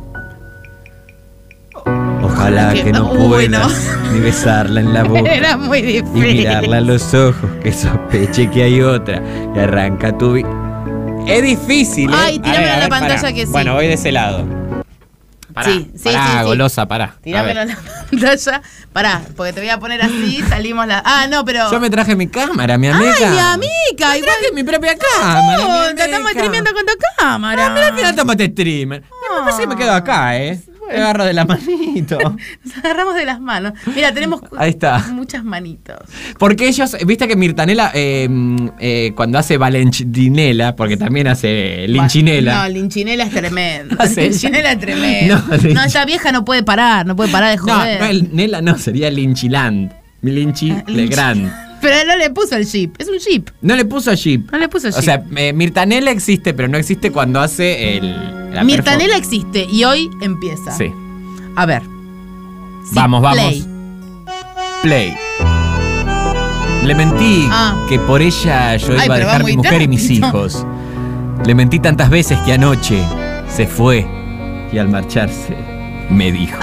ojalá que- que no Uy, puedas ni besarla en la boca. era muy Y difícil. mirarla a los ojos, que sospeche que hay otra, que arranca tu vida. Es difícil, ¿eh? Ay, A tíramela ver, a la ver, pantalla pará. que sí. Bueno, voy de ese lado. pará. Sí, sí, pará, sí, sí. golosa, pará. Tirámelo en la pantalla. Pará, porque te voy a poner así, salimos la. Ah, no, pero. Yo me traje mi cámara, mi amiga. ¡Ay, mi amiga! Me Igual. traje mi propia cámara. No, mi te estamos amiga. streameando con tu cámara. Ah, mirá que no tomaste streamer. Me parece que me quedo acá, ¿eh? Me agarro de la manito. Nos agarramos de las manos. Mira, tenemos Ahí está. muchas manitos. Porque ellos, viste que Mirtanela, eh, eh, cuando hace Valentinela, porque también hace Linchinela. No, Linchinela es tremendo. Hace- Linchinela es tremendo. No, No, Linch- esta vieja no puede parar, no puede parar de No, joder. no, el Nela no, sería Linchiland. Mi Linchi Ah, Linchi- Legrand. Pero no le puso el jeep, es un jeep. No le puso Jeep. No le puso O jeep. sea, eh, Mirtanela existe, pero no existe cuando hace el. la Mirtanela performance. existe y hoy empieza. Sí. A ver. Sí, Vamos, vamos. play. Play. Le mentí Ah. que por ella yo Ay, iba a pero va dejar muy mi mujer y mis rápido. hijos. Le mentí tantas veces que anoche se fue y al marcharse me dijo.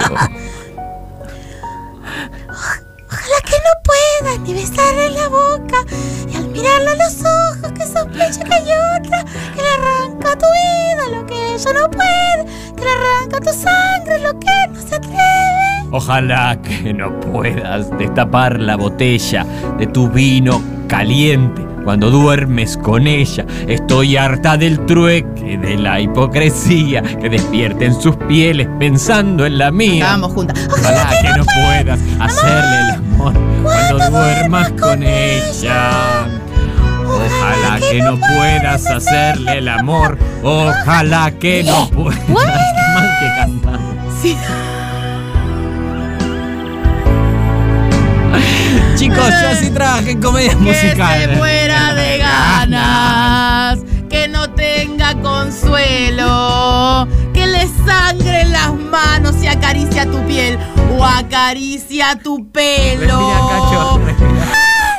Ojalá que no puedas ni besarle la boca y al mirarle a los ojos que sospeche que hay otra que le arranca tu vida lo que ella no puede, que le arranca tu sangre lo que no se atreve. Ojalá que no puedas destapar la botella de tu vino caliente cuando duermes con ella. Estoy harta del trueque, de la hipocresía que despierten sus pieles pensando en la mía. Estábamos juntas. Ojalá que no puedas hacerle el amor cuando duermas con ella. Ojalá que no puedas hacerle el amor. Ojalá que no puedas. Qué mal que cantamos. Sí. Chicos, yo así trabajé en comedias Que musicales. se muera de ganas, que no tenga consuelo, que le sangre en las manos y acaricia tu piel o acaricia tu pelo. Respira, Cacho. Respira.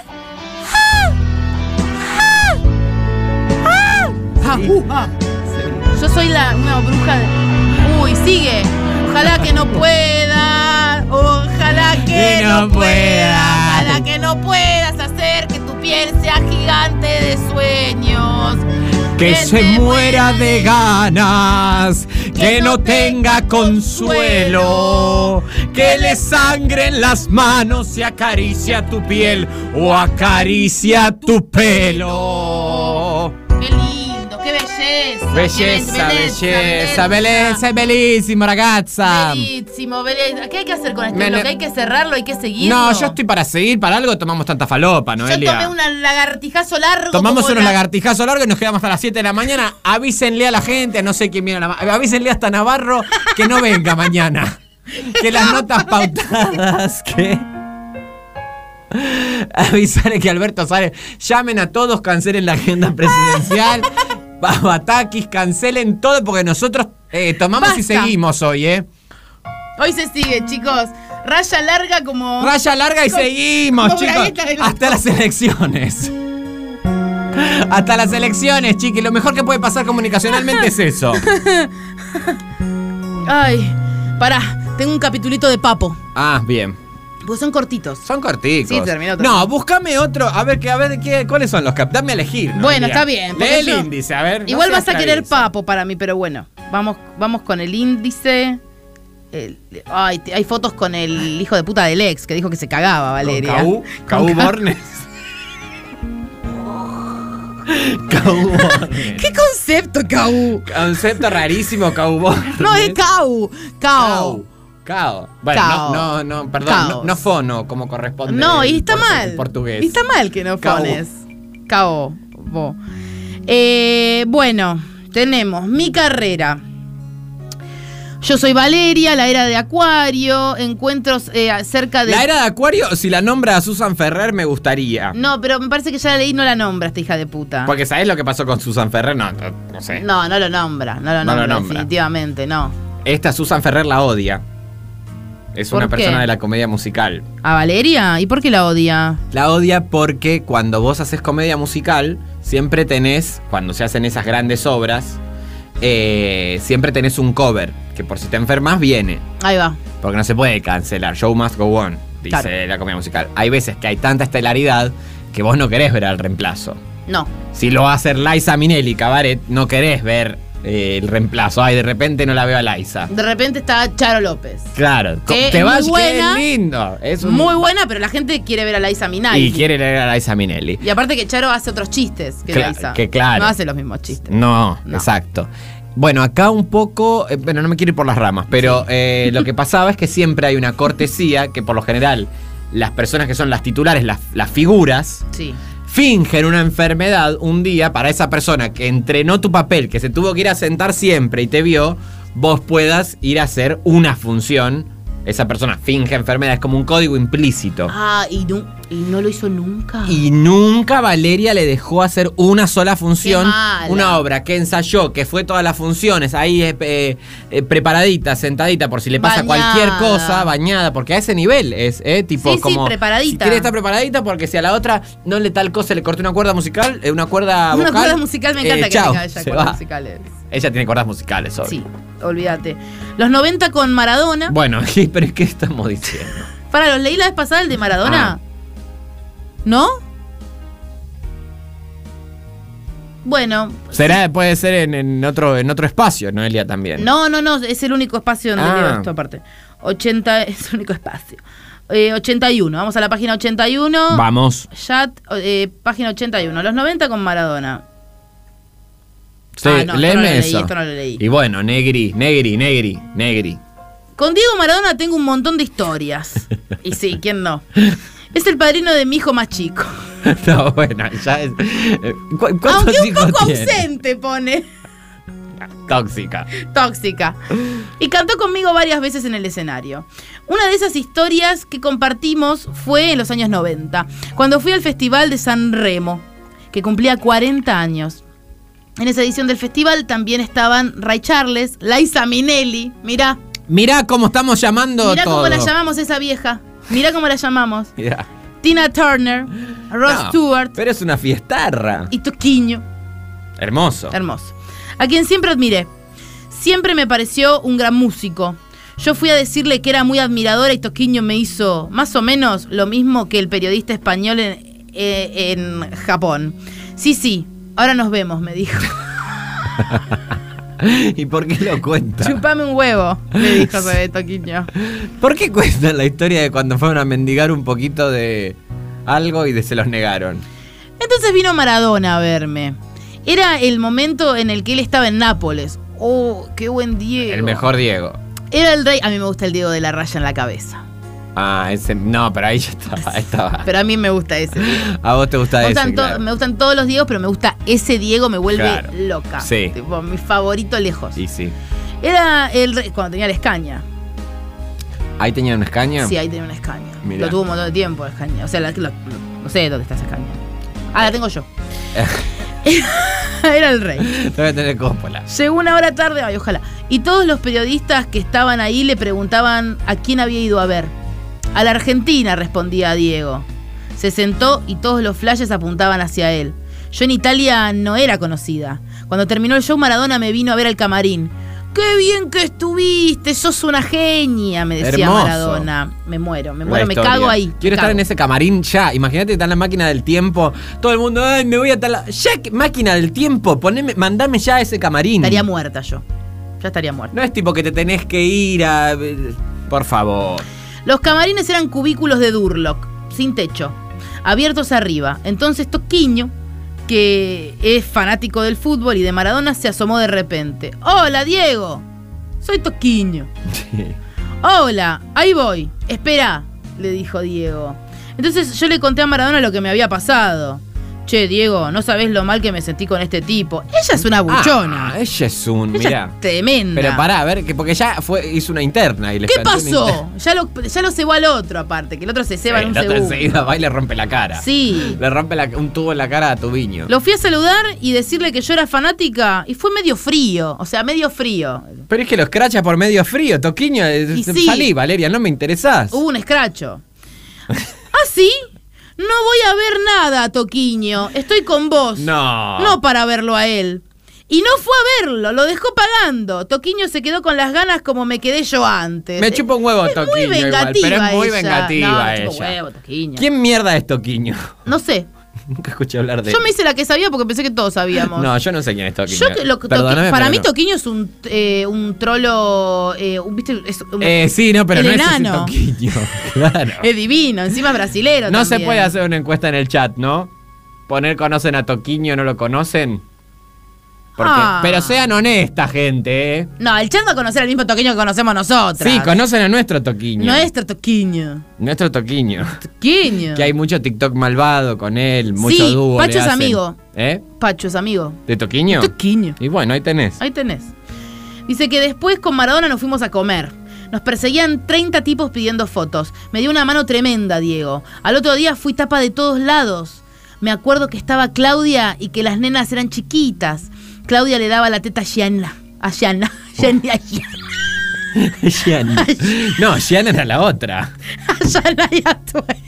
Ah, uh, ah. Yo soy la, una bruja de... Uy, sigue. Ojalá que no pueda. Ojalá que, Que no no pueda. pueda. Ojalá que no puedas hacer que tu piel sea gigante de sueños. Que se te muera de ganas, que no tenga consuelo, que le sangren las manos y acaricia tu piel o acaricia tu pelo. Qué lindo, qué belleza. Belleza, qué belleza, belleza, bellísimo, ragazza. Bellísimo, belleza. ¿Qué hay que hacer con este Me- bloque? ¿Hay que cerrarlo? ¿Hay que seguirlo? No, yo estoy para seguir, para algo tomamos tanta falopa, Yo Noelia. tomé un lagartijazo largo. Tomamos como unos la- lagartijazos largos y nos quedamos hasta las siete de la mañana. Avísenle a la gente, no sé quién viene a la... Avísenle hasta Navarro que no venga mañana. Que las notas pautadas, que... Avisarle que Alberto sale. Llamen a todos, cancelen la agenda presidencial. Babatakis, cancelen todo porque nosotros eh, tomamos y Basta. seguimos hoy, ¿eh? Hoy se sigue, chicos. Raya larga como... Raya larga y Como- seguimos, como chicos. bragueta de los Hasta las elecciones. Hasta las elecciones, chiqui. Lo mejor que puede pasar comunicacionalmente es eso. Ay, pará. Tengo un capitulito de papo. Ah, bien. Porque son cortitos. Son corticos. Sí, terminó, terminó. No, búscame otro. A ver, que, a ver qué, cuáles son los cap. Dame a elegir. ¿no? Bueno, Mira. está bien, porque Lee el yo- índice, a ver. no Igual seas vas a querer travieso. papo para mí, pero bueno. Vamos, vamos con el índice. El- ay, te- hay fotos con el hijo de puta del ex que dijo que se cagaba, Valeria. Caú, Caú Con Ca- Bornes. Caú Bornes. ¿Qué concepto, Cau? Concepto rarísimo, Caú Bornes. No, es Cau. Cau. Cao. Cao. Bueno, Cao. no, no, no, perdón, Caos. no, no fono como corresponde. No, y el está portu- mal. el portugués. Y está mal que no Cau. pones. Cabo. Bo. Eh, bueno, tenemos mi carrera. Yo soy Valeria, la era de Acuario, encuentros eh, cerca de... La era de Acuario, si la nombra a Susan Ferrer, me gustaría. No, pero me parece que ya la leí, no la nombra esta hija de puta. Porque ¿sabés lo que pasó con Susan Ferrer? No, no, no sé. No, no lo nombra, no lo No lo nombra, nombra. definitivamente, no. Esta Susan Ferrer la odia. Es ¿Por una qué? persona de la comedia musical. ¿A Valeria? ¿Y por qué la odia? La odia porque cuando vos haces comedia musical, siempre tenés, cuando se hacen esas grandes obras, eh, siempre tenés un cover, que por si te enfermas viene. Ahí va. Porque no se puede cancelar. Show must go on, dice Claro. la comedia musical. Hay veces que hay tanta estelaridad que vos no querés ver al reemplazo. No. Si lo va a hacer Liza Minnelli, Cabaret, no querés ver eh, el reemplazo. Ay, de repente no la veo a Laisa. De repente está Charo López. Claro, Que te es vas, muy buena, qué lindo. Es un- Muy buena, pero la gente quiere ver a Laisa Minelli. Y quiere leer a Laisa Minnelli. Y aparte que Charo hace otros chistes que Cla- Laisa. que claro. No hace los mismos chistes. No, No. exacto. Bueno, acá un poco, eh, bueno, no me quiero ir por las ramas, pero eh, lo que pasaba es que siempre hay una cortesía que por lo general las personas que son las titulares, las, las figuras, Sí. fingen una enfermedad un día para esa persona que entrenó tu papel, que se tuvo que ir a sentar siempre y te vio, vos puedas ir a hacer una función. Esa persona finge enfermedad, es como un código implícito. Ah, y no, y no lo hizo nunca. Y nunca Valeria le dejó hacer una sola función. Qué mala. Una obra que ensayó, que fue todas las funciones, ahí eh, eh, eh, preparadita, sentadita, por si le pasa Bañada. cualquier cosa, bañada, porque a ese nivel es, eh, tipo Sí, sí, como. preparadita. Si quiere estar preparadita, porque si a la otra no le tal cosa, le corté una cuerda musical, eh, una cuerda Una vocal. cuerda musical, me encanta eh, que chao, tenga ella se cuerdas va. musicales. Ella tiene cuerdas musicales, obvio. Sí, olvídate. Los noventa con Maradona. Bueno, pero ¿qué estamos diciendo? Para, ¿los leí la vez pasada el de Maradona? Ah. ¿No? Bueno. Será, puede ser en, en otro, en otro espacio, Noelia también. No, no, no, es el único espacio donde Ah. leo esto aparte. ochenta, es el único espacio. Eh, ochenta y uno, vamos a la página ochenta y uno. Vamos. Chat, eh, página ochenta y uno. Los noventa con Maradona. Sí, Ah, no, esto no léeme lo leí, eso. esto no lo leí. Y bueno, negri, negri, negri, negri. Con Diego Maradona tengo un montón de historias. Y sí, ¿quién no? Es el padrino de mi hijo más chico. No, bueno, ya es. eh, ¿cu- ¿Cuántos Aunque un hijos poco tiene? ausente, pone. Tóxica. Tóxica. Y cantó conmigo varias veces en el escenario. Una de esas historias que compartimos fue en los años noventa, cuando fui al Festival de San Remo, que cumplía cuarenta años. En esa edición del festival también estaban Ray Charles, Laisa Minnelli, mirá, Mirá cómo estamos llamando mirá todo. cómo la llamamos esa vieja, mirá cómo la llamamos, Mirá. Tina Turner, Ross No, Stewart Pero es una fiestarra. y Toquinho. Hermoso. Hermoso. A quien siempre admiré. Siempre me pareció un gran músico. Yo fui a decirle que era muy admiradora y Toquinho me hizo más o menos lo mismo que el periodista español en, eh, en Japón. Sí, sí, ahora nos vemos, me dijo. ¿Y por qué lo cuenta? Chupame un huevo, le dijo sobre Toquinho. ¿Por qué cuenta la historia de cuando fueron a mendigar un poquito de algo y de se los negaron? Entonces vino Maradona a verme. Era el momento en el que él estaba en Nápoles. Oh, qué buen Diego. El mejor Diego. Era el rey. A mí me gusta el Diego de la raya en la cabeza. Ah, ese. No, pero ahí ya estaba. estaba. Pero a mí me gusta ese Diego. A vos te gusta Me ese. gustan, to- Claro. me gustan todos los Diegos, pero me gusta ese Diego, me vuelve Claro. loca. Sí. Tipo, mi favorito lejos. Sí, sí. Era el rey, cuando tenía la Escaña. Ahí tenía una escaña. Sí, ahí tenía una Escaña. Mirá. Lo tuvo un montón de tiempo, la Escaña. O sea, la- lo- lo- no sé dónde está esa Escaña. Ah, la tengo yo. Era el rey. Debe tener cópola. Llegó una hora tarde, ay, ojalá. Y todos los periodistas que estaban ahí le preguntaban a quién había ido a ver. A la Argentina, respondía Diego. Se sentó y todos los flashes apuntaban hacia él. Yo en Italia no era conocida. Cuando terminó el show, Maradona me vino a ver al camarín. ¡Qué bien que estuviste! ¡Sos una genia!, me decía Hermoso. Maradona. Me muero, me La muero, me historia. cago ahí. Quiero me estar cago. en ese camarín ya. Imagínate que está en la máquina del tiempo. Todo el mundo, ay, me voy a tal. la-". Ya, que- máquina del tiempo, poneme, mandame ya a ese camarín. Estaría muerta yo. Ya estaría muerta. No es tipo que te tenés que ir a. Por favor. Los camarines eran cubículos de Durlock, sin techo, abiertos arriba. Entonces Toquinho, que es fanático del fútbol y de Maradona, se asomó de repente. ¡Hola, Diego! Soy Toquinho. ¡Hola! Ahí voy. Espera, le dijo Diego. Entonces yo le conté a Maradona lo que me había pasado. Che, Diego, no sabés lo mal que me sentí con este tipo. Ella es una buchona. Ah, ella es un. Ella Mirá. es tremenda. Pero pará, a ver, que porque ya fue, hizo una interna y le ¿Qué plantó una pasó? interna. Ya lo, ya lo cebó al otro, aparte, que el otro se ceba Sí, en un el otro segundo. enseguida va y le rompe la cara. Sí. Le rompe la- un tubo en la cara a tu viño. Lo fui a saludar y decirle que yo era fanática y fue medio frío, o sea, medio frío. Pero es que lo escracha por medio frío, Toquinho. eh, Y sí. Salí, Valeria, no me interesás. Hubo un escracho. ¿Ah, sí? No voy a ver nada, Toquinho. Estoy con vos. No. No para verlo a él. Y no fue a verlo, lo dejó pagando. Toquinho se quedó con las ganas como me quedé yo antes. Me chupa un huevo, Es Toquinho. muy igual, vengativa pero es muy ella. vengativa No, me ella. chupa huevo, Toquinho. ¿Quién mierda es Toquinho? No sé. Nunca escuché hablar de Yo me hice la que sabía porque pensé que todos sabíamos. No, yo no sé quién es Toquiño. Yo, lo, Perdóname, para pero mí no. Toquiño es un, eh, un trolo, eh, un, ¿viste? Es un, Eh, sí, no, pero el no enano. es ese Toquiño. Claro. Es divino, encima es brasilero No también. se puede hacer una encuesta en el chat, ¿no? Poner conocen a Toquiño, no lo conocen. Porque, Ah. Pero sean honestas, gente, ¿eh? No, el chat va a conocer al mismo Toquiño que conocemos nosotras. Sí, conocen a nuestro Toquiño. Nuestro Toquiño. Nuestro Toquiño. Toquiño. Que hay mucho TikTok malvado con él, mucho Sí, dúo. Pacho le es hacen. amigo. ¿Eh? Pacho es amigo. ¿De Toquiño? Toquiño. Y bueno, ahí tenés. Ahí tenés. Dice que después con Maradona nos fuimos a comer. Nos perseguían treinta tipos pidiendo fotos. Me dio una mano tremenda, Diego. Al otro día fui tapa de todos lados. Me acuerdo que estaba Claudia y que las nenas eran chiquitas. Claudia le daba la teta a Gianna. A Gianna. Gianna. A Gianna. Gianna. No, Gianna era la otra. A Gianna y a Twain.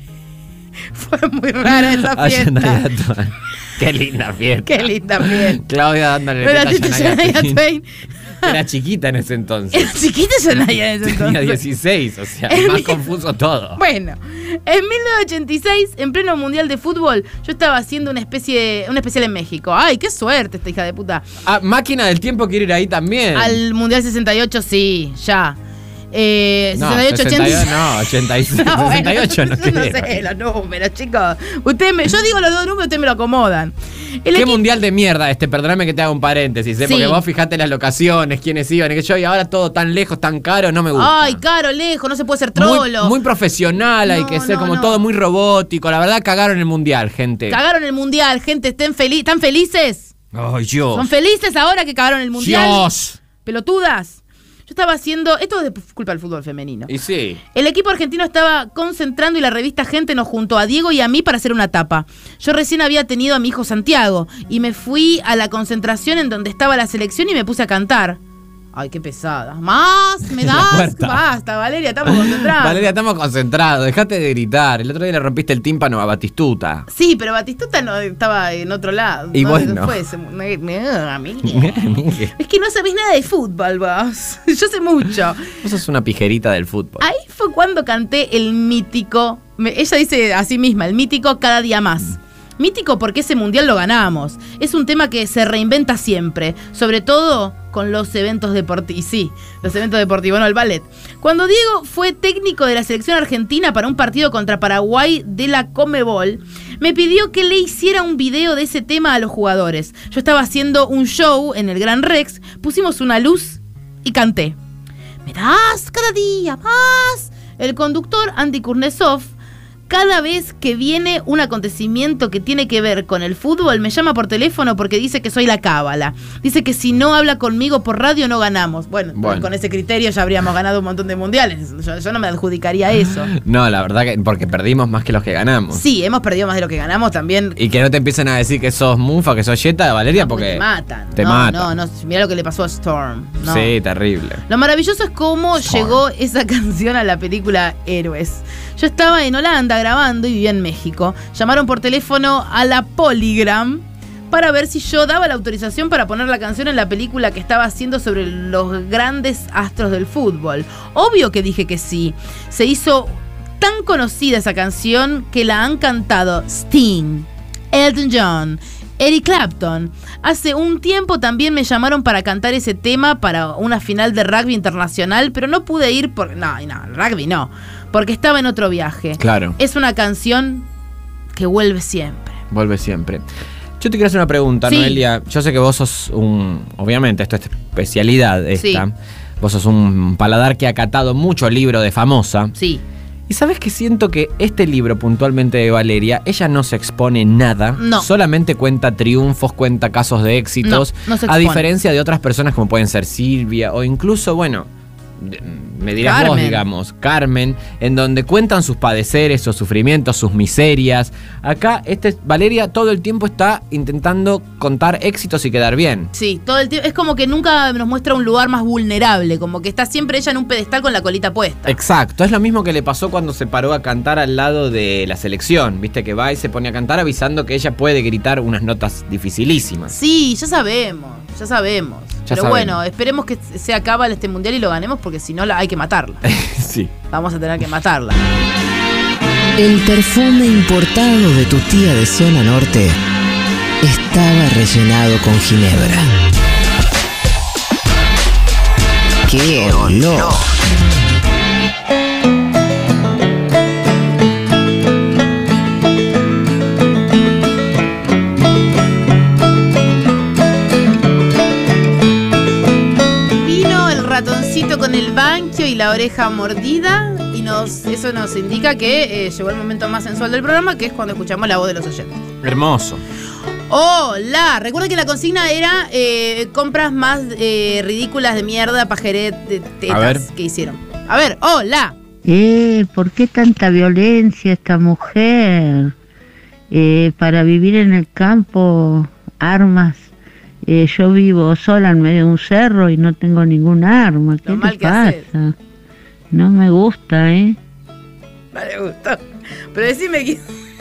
Fue muy rara esa A fiesta. Shania Twain. Qué linda fiesta. Qué linda fiesta. Claudia dándole Pero la teta a teta Shania Shania Twain. Twain. Era chiquita en ese entonces. Era chiquita Shania en ese Tenía entonces. dieciséis, o sea, Es más mi- confuso todo. Bueno, en mil novecientos ochenta y seis, en pleno mundial de fútbol, yo estaba haciendo una especie, un especial en México. Ay, qué suerte esta hija de puta. Ah, Máquina del Tiempo quiere ir ahí también. Al mundial sesenta y ocho, sí, ya. Eh, No, sesenta y ocho, ochenta y seis. no, ochenta y seis, No, bueno, sesenta y ocho no yo no creo. sé los números, chicos. Ustedes me, yo digo los dos números, ustedes me lo acomodan. El Qué equipo- mundial de mierda este, perdóname que te haga un paréntesis, ¿eh? Sí. Porque vos fijate las locaciones, quiénes iban, y que yo, y ahora todo tan lejos, tan caro, no me gusta. Ay, caro, lejos, no se puede ser muy, trolo. muy profesional, hay No, que ser no, como no. todo muy robótico. La verdad, cagaron el mundial, gente. Cagaron el mundial, gente, estén feliz, ¿están felices? Ay, Dios. ¿Son felices ahora que cagaron el mundial? Dios. Pelotudas. Yo estaba haciendo. Esto es de culpa del fútbol femenino. Y sí. El equipo argentino estaba concentrando y la revista Gente nos juntó a Diego y a mí para hacer una tapa. Yo recién había tenido a mi hijo Santiago y me fui a la concentración en donde estaba la selección y me puse a cantar. Ay, qué pesada. Más, me La das. puerta. Basta, Valeria, estamos concentrados. Valeria, estamos concentrados, dejate de gritar. El otro día le rompiste el tímpano a Batistuta. Sí, pero Batistuta no estaba en otro lado. Y no, bueno. Fue, se- me- me- a mí. Es que no sabés nada de fútbol, vos. Yo sé mucho. Vos sos una pijerita del fútbol. Ahí fue cuando canté el mítico. me- ella dice a sí misma, el mítico Cada Día Más. Mítico porque ese mundial lo ganamos. Es un tema que se reinventa siempre, sobre todo con los eventos deportivos. Y sí, los eventos deportivos, no el ballet. Cuando Diego fue técnico de la selección argentina para un partido contra Paraguay de la Conmebol, me pidió que le hiciera un video de ese tema a los jugadores. Yo estaba haciendo un show en el Gran Rex, pusimos una luz y canté. ¿Me das cada día más? El conductor Andy Kurnesov, cada vez que viene un acontecimiento que tiene que ver con el fútbol, me llama por teléfono porque dice que soy la cábala. Dice que si no habla conmigo por radio no ganamos. Bueno, Bueno. con ese criterio ya habríamos ganado un montón de mundiales. Yo, yo no me adjudicaría eso. No, la verdad que porque perdimos más que los que ganamos. Sí, hemos perdido más de lo que ganamos también. Y que no te empiecen a decir que sos mufa, que sos yeta, Valeria, porque Te matan. Te no, matan. no, no. Mirá lo que le pasó a Storm. No. Sí, terrible. Lo maravilloso es cómo Storm. llegó esa canción a la película Héroes. Yo estaba en Holanda grabando y vivía en México. Llamaron por teléfono a la Polygram para ver si yo daba la autorización para poner la canción en la película que estaba haciendo sobre los grandes astros del fútbol. Obvio que dije que sí. Se hizo tan conocida esa canción que la han cantado Sting, Elton John, Eric Clapton. Hace un tiempo también me llamaron para cantar ese tema para una final de rugby internacional, pero no pude ir por... No, no, rugby no, porque estaba en otro viaje. Claro. Es una canción que vuelve siempre. Vuelve siempre. Yo te quiero hacer una pregunta, Sí. Noelia. Yo sé que vos sos un... Obviamente, esto es especialidad esta. Sí. Vos sos un paladar que ha catado mucho libro de famosa. Sí. Y sabes que siento que este libro puntualmente de Valeria, ella no se expone nada, No. solamente cuenta triunfos, cuenta casos de éxitos, No, no se a expone. diferencia de otras personas como pueden ser Silvia o incluso, bueno, de- me dirás vos, Carmen. digamos, Carmen, en donde cuentan sus padeceres, sus sufrimientos, sus miserias. Acá, este, Valeria todo el tiempo está intentando contar éxitos y quedar bien. Sí, todo el tiempo. Es como que nunca nos muestra un lugar más vulnerable, como que está siempre ella en un pedestal con la colita puesta. Exacto, es lo mismo que le pasó cuando se paró a cantar al lado de la selección, viste que va y se pone a cantar avisando que ella puede gritar unas notas dificilísimas. Sí, ya sabemos, ya sabemos. Ya Pero sabemos. bueno, esperemos que sea cábala este mundial y lo ganemos porque si no la hay que matarla. Sí. Vamos a tener que matarla. El perfume importado de tu tía de zona norte estaba rellenado con ginebra. ¡Qué olor! Vino el ratoncito con el banquio y la oreja mordida y nos, eso nos indica que eh, llegó el momento más sensual del programa, que es cuando escuchamos la voz de los oyentes. Hermoso. Hola, recuerda que la consigna era eh, compras más eh, ridículas de mierda, pajeret, de tetas que hicieron. A ver, hola. Eh, ¿por qué tanta violencia esta mujer? Eh, para vivir en el campo, armas. Eh, yo vivo sola en medio de un cerro y no tengo ningún arma. ¿Qué te pasa? No me gusta, ¿eh? No le gusta. Pero decime que...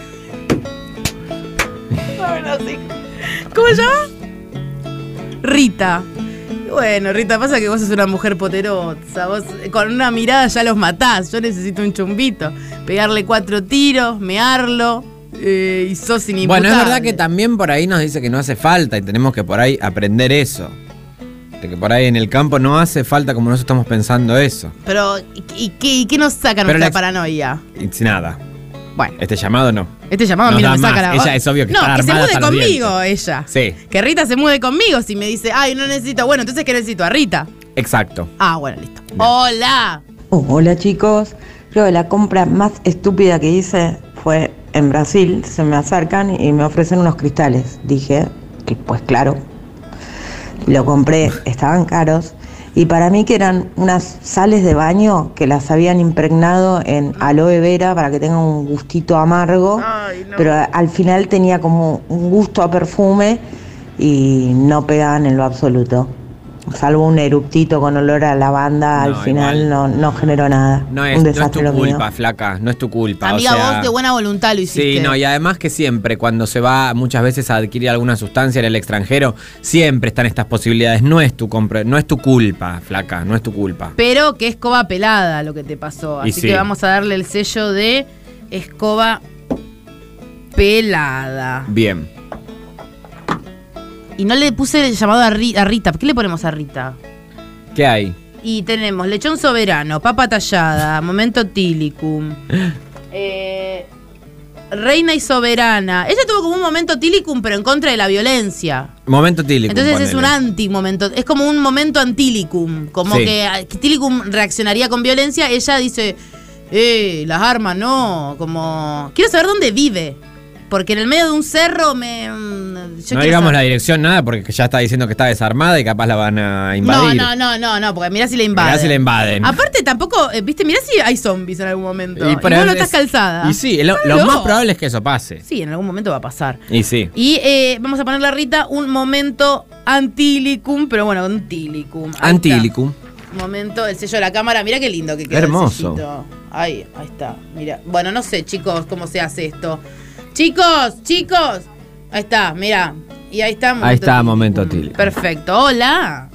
¿Cómo se llama? Rita. Bueno, Rita, pasa que vos sos una mujer poderosa. Vos con una mirada ya los matás. Yo necesito un chumbito. Pegarle cuatro tiros, mearlo eh, y sos inimputable. Bueno, es verdad que también por ahí nos dice que no hace falta y tenemos que por ahí aprender eso. De que por ahí en el campo no hace falta como nosotros estamos pensando eso. Pero, ¿y, y, qué, y qué nos saca Pero nuestra la... paranoia? Y nada. Bueno. Este llamado no. Este llamado Nos a mí no me da saca más. la... Ella es obvio que no, está que se armada mude hasta los conmigo dientes. ella. Sí. Que Rita se mude conmigo si me dice, ay, no necesito. Bueno, entonces, ¿qué necesito? ¿A Rita? Exacto. Ah, bueno, listo. Bien. Hola. Oh, hola, chicos. Creo que la compra más estúpida que hice fue en Brasil. Se me acercan y me ofrecen unos cristales. Dije, que pues claro, lo compré, estaban caros. Y para mí que eran unas sales de baño que las habían impregnado en aloe vera para que tenga un gustito amargo. Ay, no. Pero al final tenía como un gusto a perfume y no pegaban en lo absoluto. Salvo un eructito con olor a lavanda, no, al final no, no generó nada. No es, un no es desastre tu lo culpa, mío. flaca, no es tu culpa. Amiga, o sea, vos de buena voluntad lo hiciste. Sí, no, y además que siempre, cuando se va muchas veces a adquirir alguna sustancia en el extranjero, siempre están estas posibilidades. No es tu compra, no es tu culpa, flaca, no es tu culpa. Pero que escoba pelada lo que te pasó. Así sí. que vamos a darle el sello de escoba pelada. Bien. Y no le puse el llamado a, Ri- a Rita. ¿Por qué le ponemos a Rita? ¿Qué hay? Y tenemos lechón soberano, papa tallada, momento tilicum, eh, reina y soberana. Ella tuvo como un momento tilicum, pero en contra de la violencia. Momento tilicum. Entonces ponele. es un anti-momento. Es como un momento antilicum. Como Sí. que tilicum reaccionaría con violencia. Ella dice, eh, las armas no. Como... Quiero saber dónde vive. Porque en el medio de un cerro me... Yo no digamos saber. La dirección, nada, porque ya está diciendo que está desarmada y capaz la van a invadir. No, no, no, no, no, porque mirá si la invaden. Mirá si la invaden. Aparte tampoco, eh, viste, mirá si hay zombies en algún momento. Y, y vos no es, estás calzada. Y sí, lo, lo más probable es que eso pase. Sí, en algún momento va a pasar. Y sí. Y eh, vamos a ponerle a Rita un momento antilicum, pero bueno, antilicum. Antilicum. Momento, el sello de la cámara, mira qué lindo que queda. Hermoso. El sellito. Ahí, ahí está, mira. Bueno, no sé, chicos, cómo se hace esto. Chicos, chicos. Ahí está, mira. Y ahí está. Ahí está, momento tilicum. Perfecto, hola.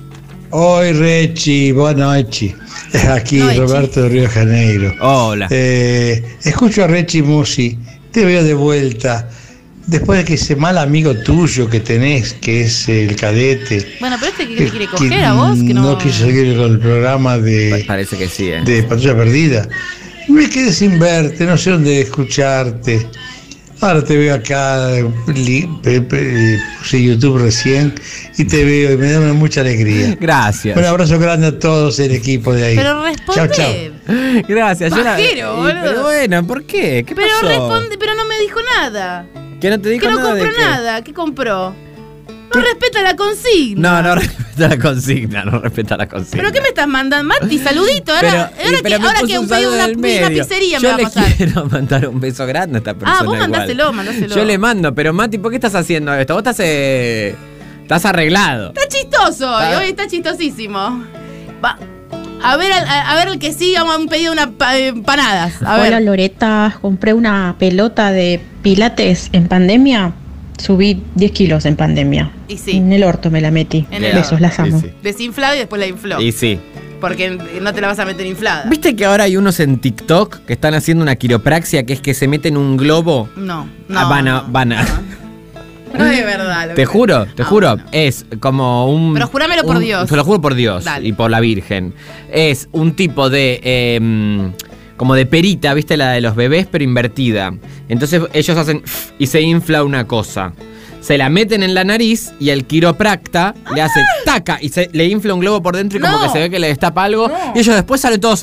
Oi Rechi, buenas noches. Aquí Noche. Roberto de Río de Janeiro. Hola. Eh, escucho a Rechi Musi, te veo de vuelta. Después de que ese mal amigo tuyo que tenés, que es el cadete. Bueno, pero este que te quiere coger que a vos, que no. No quiso seguir con el programa de. Parece que sí, ¿eh? De Patrulla Perdida. Me quedé sin verte, no sé dónde escucharte. Ahora te veo acá, li, pe, pe, puse YouTube recién y te veo y me da mucha alegría. Gracias. Un abrazo grande a todos el equipo de ahí. Pero responde. Chao, chao. Gracias. Pajero, yo la, y, pero bueno, ¿por qué? ¿Qué pero pasó? responde, pero no me dijo nada. ¿Que no te dijo que no nada compró de qué? nada? ¿Qué compró? No respeta la consigna. No, no respeta la consigna, no respeta la consigna. ¿Pero qué me estás mandando, Mati? Saludito. Ahora, pero, ahora pero que, me ahora puso que un un pedido saludo una, del una medio. pizzería Yo me va a le pasar. quiero mandar un beso grande a esta persona. Ah, vos igual. mandáselo, mandáselo. Yo le mando, pero Mati, ¿por qué estás haciendo esto? Vos estás, eh, estás arreglado. Está chistoso hoy, ¿Está? hoy está chistosísimo. Va. A ver, a, a ver el que sí, vamos a un pedido de unas pa- empanadas. A Hola ver. Loreta, compré una pelota de pilates en pandemia. Subí diez kilos en pandemia. Y sí. En el orto me la metí. En el Besos, orto. las amo. Y sí. Desinflado y después la infló. Y sí. porque no te la vas a meter inflada. ¿Viste que ahora hay unos en TikTok que están haciendo una quiropraxia que es que se meten un globo? No, no. Ah, van a, no, van a. No, no es verdad. Lo Te que juro, te ah, juro. Bueno. Es como un. Pero jurámelo por un- Dios. Te lo juro por Dios. Dale. Y por la Virgen. Es un tipo de. eh, como de perita, ¿viste? La de los bebés, pero invertida. Entonces ellos hacen. Y se infla una cosa. Se la meten en la nariz y el quiropracta le hace taca y se le infla un globo por dentro y como No. que se ve que le destapa algo. No. Y ellos después salen todos.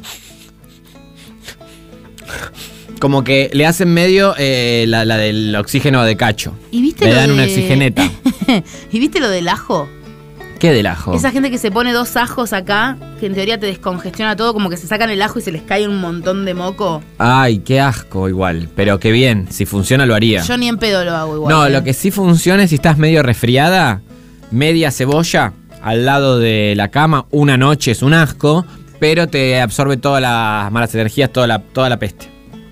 Como que le hacen medio eh, la, la del oxígeno de cacho. ¿Y viste Le lo dan de... una oxigeneta. ¿Y viste lo del ajo? ¿Qué del ajo? Esa gente que se pone dos ajos acá, que en teoría te descongestiona todo, como que se sacan el ajo y se les cae un montón de moco. Ay, qué asco igual. Pero qué bien, si funciona lo haría. Yo ni en pedo lo hago igual. no, ¿eh? lo que sí funciona es si estás medio resfriada, media cebolla al lado de la cama, una noche es un asco, pero te absorbe todas las malas energías, toda la, toda la peste.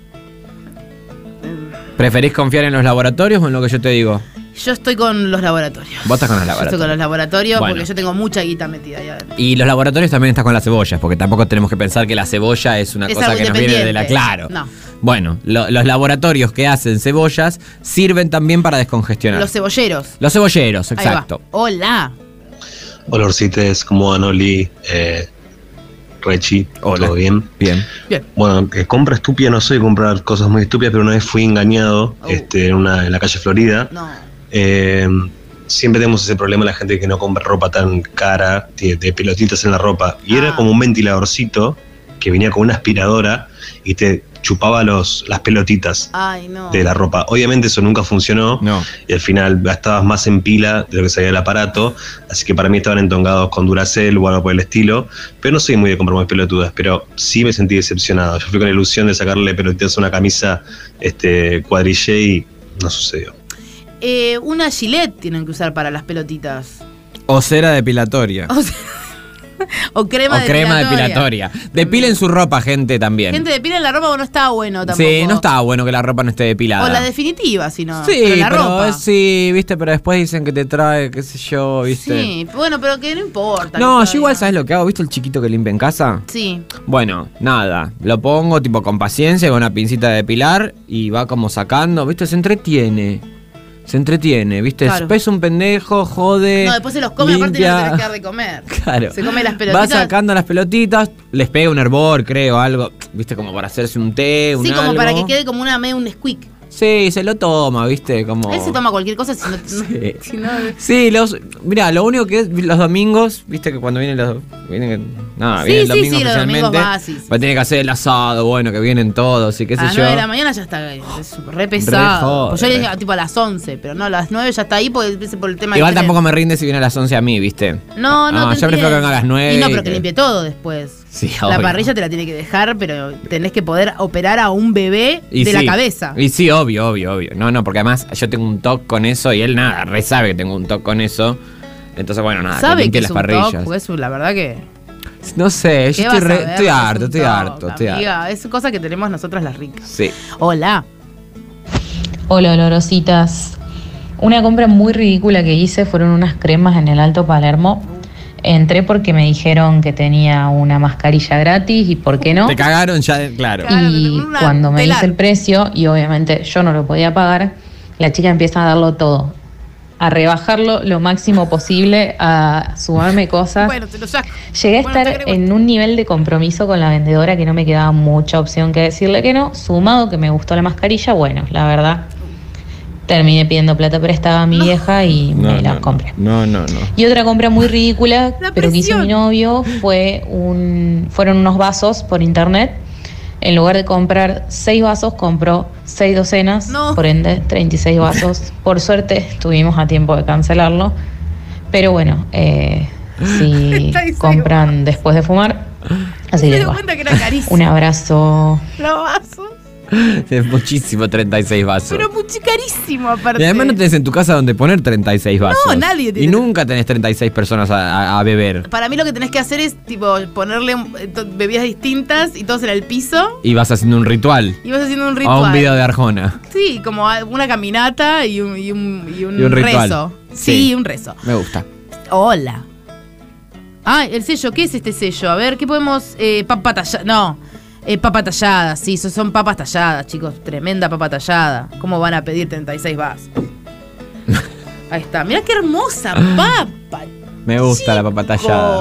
¿Preferís confiar en los laboratorios o en lo que yo te digo? Yo estoy con los laboratorios. Vos estás con los Yo estoy laboratorios. con los laboratorios Bueno. porque yo tengo mucha guita metida ahí adentro. Y los laboratorios también están con las cebollas, porque tampoco tenemos que pensar que la cebolla es una Es cosa algo que nos viene de la... independiente. Claro. No. Bueno, lo- los laboratorios que hacen cebollas sirven también para descongestionar. Los cebolleros. Los cebolleros, Ahí va. exacto. Hola. Hola, Orcites, ¿cómo van, Oli? Eh, Rechi, Hola. ¿todo bien? Bien. Bien. Bueno, eh, compra estúpida no soy comprar cosas muy estúpidas, pero una vez fui engañado Oh. este, en, una, en la calle Florida. No. Eh, siempre tenemos ese problema la gente que no compra ropa tan cara, de, de pelotitas en la ropa. Y Ah. era como un ventiladorcito que venía con una aspiradora y te chupaba los, las pelotitas Ay, no. de la ropa. Obviamente eso nunca funcionó. No. Y al final gastabas más en pila de lo que salía del aparato, así que para mí estaban entongados con Duracell o algo por el estilo, pero no soy muy de comprar muy pelotudas, pero sí me sentí decepcionado. Yo fui con la ilusión de sacarle pelotitas a una camisa este, cuadrillé y no sucedió. Eh, una Gillette tienen que usar para las pelotitas. O cera depilatoria. O, sea, o crema o crema depilatoria. Depilen su ropa, gente, también. Gente, depilen la ropa o no está bueno tampoco. Sí, no está bueno que la ropa no esté depilada. O la definitiva, si no. Sí, pero la pero ropa. es- sí, viste, pero después dicen que te trae, qué sé yo, viste. Sí, bueno, pero que no importa. No, que yo igual, todavía- ¿sabes lo que hago? ¿Viste el chiquito que limpia en casa? Sí. Bueno, nada, lo pongo tipo con paciencia, con una pincita de depilar y va como sacando, ¿viste? Se entretiene. Se entretiene, ¿viste? Claro. Es un pendejo, jode. No, después se los come aparte y no limpia. le tenés que dar de comer. Claro. Se come las Va pelotitas. sacando las pelotitas, les pega un hervor, creo, algo, ¿viste? Como para hacerse un té, un Sí, como algo. para que quede como una media un squeak. Sí, se lo toma, ¿viste? Como... Él se toma cualquier cosa si no. Sí. si no- Sí, los, mirá, lo único que es los domingos, viste que cuando vienen los, vienen, no, Sí, viene el sí, domingo sí, los domingos oficialmente, va, sí, sí. va a tener que hacer el asado, bueno, que vienen todos y qué a sé las yo. nueve de la mañana ya está. Es re Re pesado. joder. Pues yo le dije tipo a las once, pero no, a las nueve ya está ahí porque es por el tema Igual del tren. tampoco me rinde si viene a las once a mí, ¿viste? No, no, Ah, te yo prefiero que entiendo. venga a las nueve Y no, y pero que que- limpie todo después. Sí, La obvio. parrilla te la tiene que dejar, pero tenés que poder operar a un bebé Y de sí. la cabeza. Y sí, obvio, obvio, obvio. No, no, porque además yo tengo un toque con eso y él nada, re sabe que tengo un toque con eso. Entonces, bueno, nada, ¿Sabe limpie que es las un parrillas. toque? Porque eso, la verdad que... No sé, yo ¿qué estoy, vas a re- ver? estoy Es harto, un estoy toque, harto, estoy harto. amiga. Es cosa que tenemos nosotras las ricas. Sí. Hola. Hola, olorositas. Una compra muy ridícula que hice fueron unas cremas en el Alto Palermo. Entré porque me dijeron que tenía una mascarilla gratis y por qué no. Te cagaron ya, de- claro. Claro, Y una cuando me telar. dice el precio, y obviamente yo no lo podía pagar, la chica empieza a darlo todo. A rebajarlo lo máximo posible, a sumarme cosas. Bueno, te lo saco. Llegué a Bueno, te estar agrego. en un nivel de compromiso con la vendedora que no me quedaba mucha opción que decirle que no. Sumado que me gustó la mascarilla, bueno, la verdad, terminé pidiendo plata prestada a mi vieja y me la compré. No, no, no. Y otra compra muy ridícula, La pero que hizo presión. mi novio, fue un, fueron unos vasos por internet. En lugar de comprar seis vasos, compró seis docenas, No. por ende, treinta y seis vasos. Por suerte, estuvimos a tiempo de cancelarlo. Pero bueno, eh, si treinta y seis compran después de fumar, así Se les dio va. cuenta que era carísimo. Un abrazo. Los vasos. Es muchísimo treinta y seis vasos. Pero mucho carísimo aparte. Y además no tenés en tu casa donde poner treinta y seis vasos. No, nadie tiene. Y nunca tenés treinta y seis personas a, a- a beber. Para mí lo que tenés que hacer es tipo ponerle eh, to- bebidas distintas y todos en el piso Y vas haciendo un ritual. y vas haciendo un ritual. O un video de Arjona. Sí, como a- una caminata y un, y un, y un Y un ritual. rezo. Sí. Sí, un rezo. Me gusta. Hola. Ah, el sello, ¿qué es este sello? A ver, ¿qué podemos...? Eh, papa tallada, no, eh, papa tallada, sí, son papas talladas, chicos, tremenda papa tallada. ¿Cómo van a pedir treinta y seis vasos? Ahí está, mirá qué hermosa papa. Me gusta chicos. la papa tallada.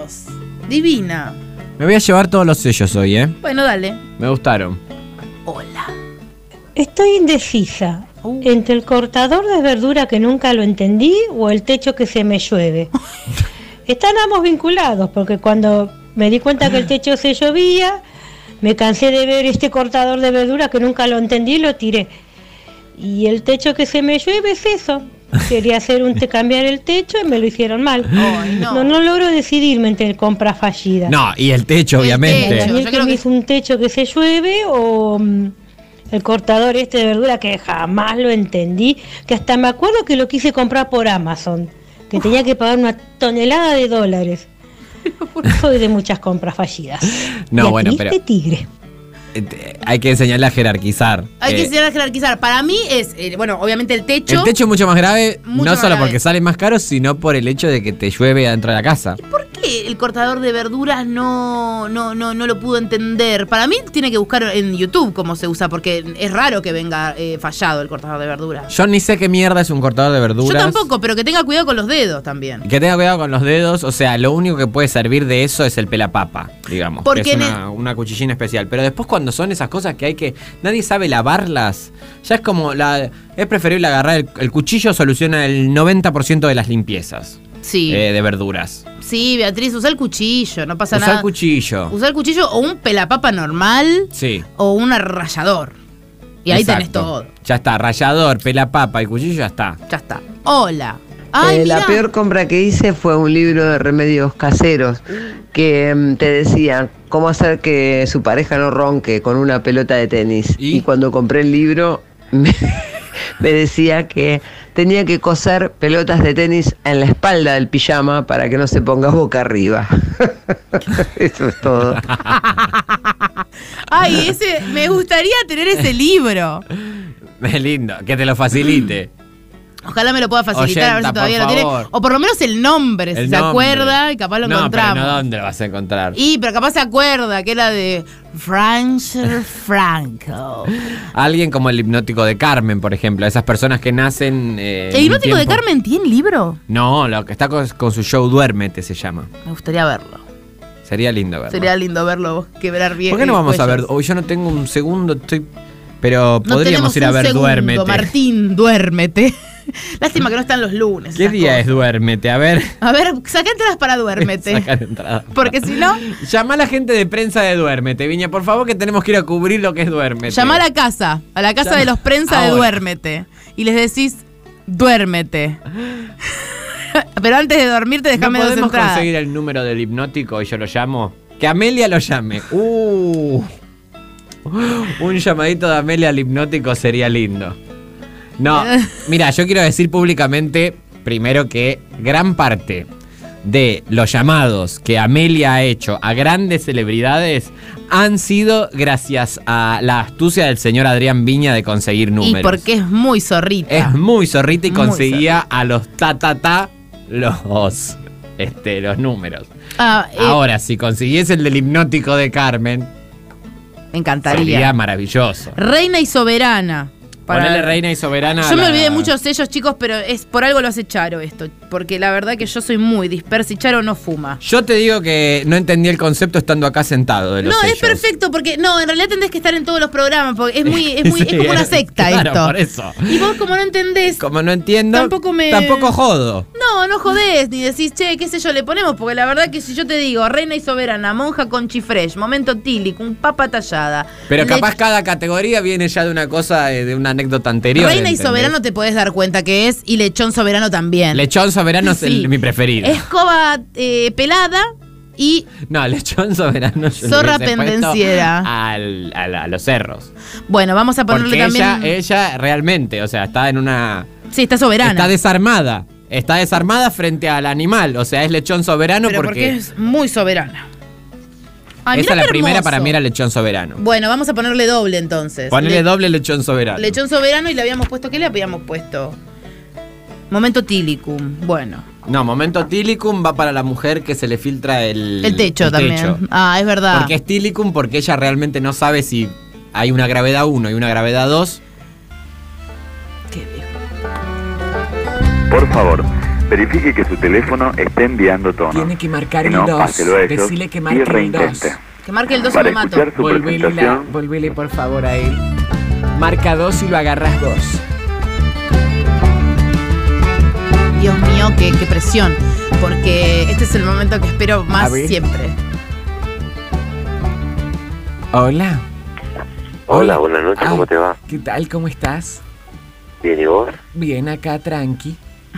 Divina. Me voy a llevar todos los sellos hoy, ¿eh? Bueno, dale. Me gustaron. Hola. Estoy indecisa uh. entre el cortador de verdura que nunca lo entendí o el techo que se me llueve. Están ambos vinculados porque cuando me di cuenta que el techo se llovía, me cansé de ver este cortador de verdura que nunca lo entendí y lo tiré. Y el techo que se me llueve es eso. Quería hacer un te cambiar el techo y me lo hicieron mal. Ay, no. no. no logro decidirme entre compras fallidas. No, y el techo, el obviamente. Techo. También Yo que creo me que... hizo un techo que se llueve o um, el cortador este de verdura que jamás lo entendí, que hasta me acuerdo que lo quise comprar por Amazon, que tenía que pagar una tonelada de dólares. Soy de muchas compras fallidas. No, y bueno, triste pero tigre. Hay que enseñarle a jerarquizar. Hay eh, que enseñar a jerarquizar. Para mí es, eh, bueno, obviamente el techo. El techo es mucho más grave, mucho no más solo grave. porque sale más caro, sino por el hecho de que te llueve adentro de la casa. ¿Por qué el cortador de verduras no, no, no, no lo pudo entender? Para mí tiene que buscar en YouTube cómo se usa, porque es raro que venga eh, fallado el cortador de verduras. Yo ni sé qué mierda es un cortador de verduras. Yo tampoco, pero que tenga cuidado con los dedos también. Que tenga cuidado con los dedos, o sea, lo único que puede servir de eso es el pelapapa, digamos. Porque que es en una, una cuchillina especial. Pero después cuando son esas cosas que hay que... Nadie sabe lavarlas. Ya es como... la es preferible agarrar el, el cuchillo, soluciona el noventa por ciento de las limpiezas. Sí. Eh, de verduras. Sí, Beatriz, usa el cuchillo, no pasa Usar nada. el cuchillo. Usar el cuchillo o un pelapapa normal Sí. o un rallador. Y ahí Exacto. tenés todo. Ya está, rallador, pelapapa y cuchillo, ya está. Ya está. Hola. Ay, Eh, la mirá. peor compra que hice fue un libro de remedios caseros que mm, te decía cómo hacer que su pareja no ronque con una pelota de tenis. ¿Y? Y, cuando compré el libro me, me decía que tenía que coser pelotas de tenis en la espalda del pijama para que no se ponga boca arriba. Eso es todo. Ay, ese, me gustaría tener ese libro. Es lindo, que te lo facilite. Ojalá me lo pueda facilitar, a ver Oyenta, si todavía por lo tiene. favor. O por lo menos el nombre, si El se nombre. acuerda, y capaz lo no, encontramos. pero no, ¿dónde lo vas a encontrar? Y, pero capaz se acuerda que era de Francer Franco. Alguien como el hipnótico de Carmen, por ejemplo. Esas personas que nacen... eh, en ¿El un hipnótico de tiempo- Carmen tiene libro? No, lo que está con, con su show Duérmete se llama. Me gustaría verlo. Sería lindo verlo. Sería lindo verlo quebrar bien. ¿Por qué no vamos a ver? Hoy yo no tengo un segundo, estoy... Pero No podríamos tenemos ir a un ver segundo, Duérmete. Martín, duérmete. Lástima que no están los lunes. ¿Qué esas día cosas. es Duérmete? A ver. A ver, saca entradas para Duérmete. Sacar entrada. Porque si no, Llama a la gente de prensa de Duérmete, Viña, por favor, que tenemos que ir a cubrir lo que es Duérmete. llama a la casa, a la casa Llama de los prensa de ahora. Duérmete. Y les decís, duérmete. Pero antes de dormirte, déjame ¿No dos podemos entradas. conseguir el número del hipnótico y yo lo llamo? Que Amelia lo llame. Uh. Un llamadito de Amelia al hipnótico sería lindo. No, mira, yo quiero decir públicamente, primero que gran parte de los llamados que Amelia ha hecho a grandes celebridades han sido gracias a la astucia del señor Adrián Viña de conseguir números. Y porque es muy zorrita. Es muy zorrita y Muy conseguía a los ta ta ta los, este, los números. Ah, eh, Ahora, si consiguiese el del hipnótico de Carmen, me encantaría. sería maravilloso. Reina y soberana. Para- Ponele reina y soberana. Yo a me la- olvidé de muchos sellos, chicos, pero es por algo lo hace Charo esto. Porque la verdad que yo soy muy dispersa y Charo no fuma. Yo te digo que no entendí el concepto estando acá sentado de los No, sellos. es perfecto, porque no, en realidad tendés que estar en todos los programas, porque es muy, es muy, Sí, es como una secta claro, esto. por eso. Y vos como no entendés, Como no entiendo, Tampoco me- tampoco jodo. no, no jodés, ni decís, che, qué sé yo, le ponemos, porque la verdad que si yo te digo, reina y soberana, monja con chifresh, momento tílico, un papa tallada. Pero lech- capaz cada categoría viene ya de una cosa, eh, de una anécdota anterior. Reina y ¿entendés? soberano te podés dar cuenta que es, y lechón soberano también. Lechón soberano es el- Sí. mi preferido. Escoba eh, pelada y No, lechón soberano. yo le Zorra hubiese puesto pendenciera. al- a, la- a los cerros. bueno, vamos a ponerle Porque también. ella, ella realmente, o sea, está en una... sí, está soberana. Está desarmada. Está desarmada frente al animal. O sea, es lechón soberano pero porque... porque es muy soberana. Ay, esa mirá la qué primera hermoso. para mí era lechón soberano. Bueno, vamos a ponerle doble entonces. Ponele Le- doble lechón soberano. Lechón soberano y le habíamos puesto, ¿qué le habíamos puesto? Momento Tilicum, bueno. No, momento Tilicum va para la mujer que se le filtra el... El techo el también. techo. Ah, es verdad. Porque es Tilicum porque ella realmente no sabe si hay una gravedad uno y una gravedad dos. ¿Qué dijo? Por favor, verifique que su teléfono esté enviando tono. Tiene que marcar Si el no, dos. páselo a ellos Decile que y marque el dos. reintente. Que marque el dos y Para me mato. escuchar su Volvele, la, presentación, volvele por favor a él. Marca dos y lo agarras vos. Dios mío, qué, qué presión. Porque este es el momento que espero más siempre. Hola. Hola, buenas noches, Ah, ¿cómo te va? ¿Qué tal? ¿Cómo estás? Bien, ¿y vos? Bien, acá tranqui.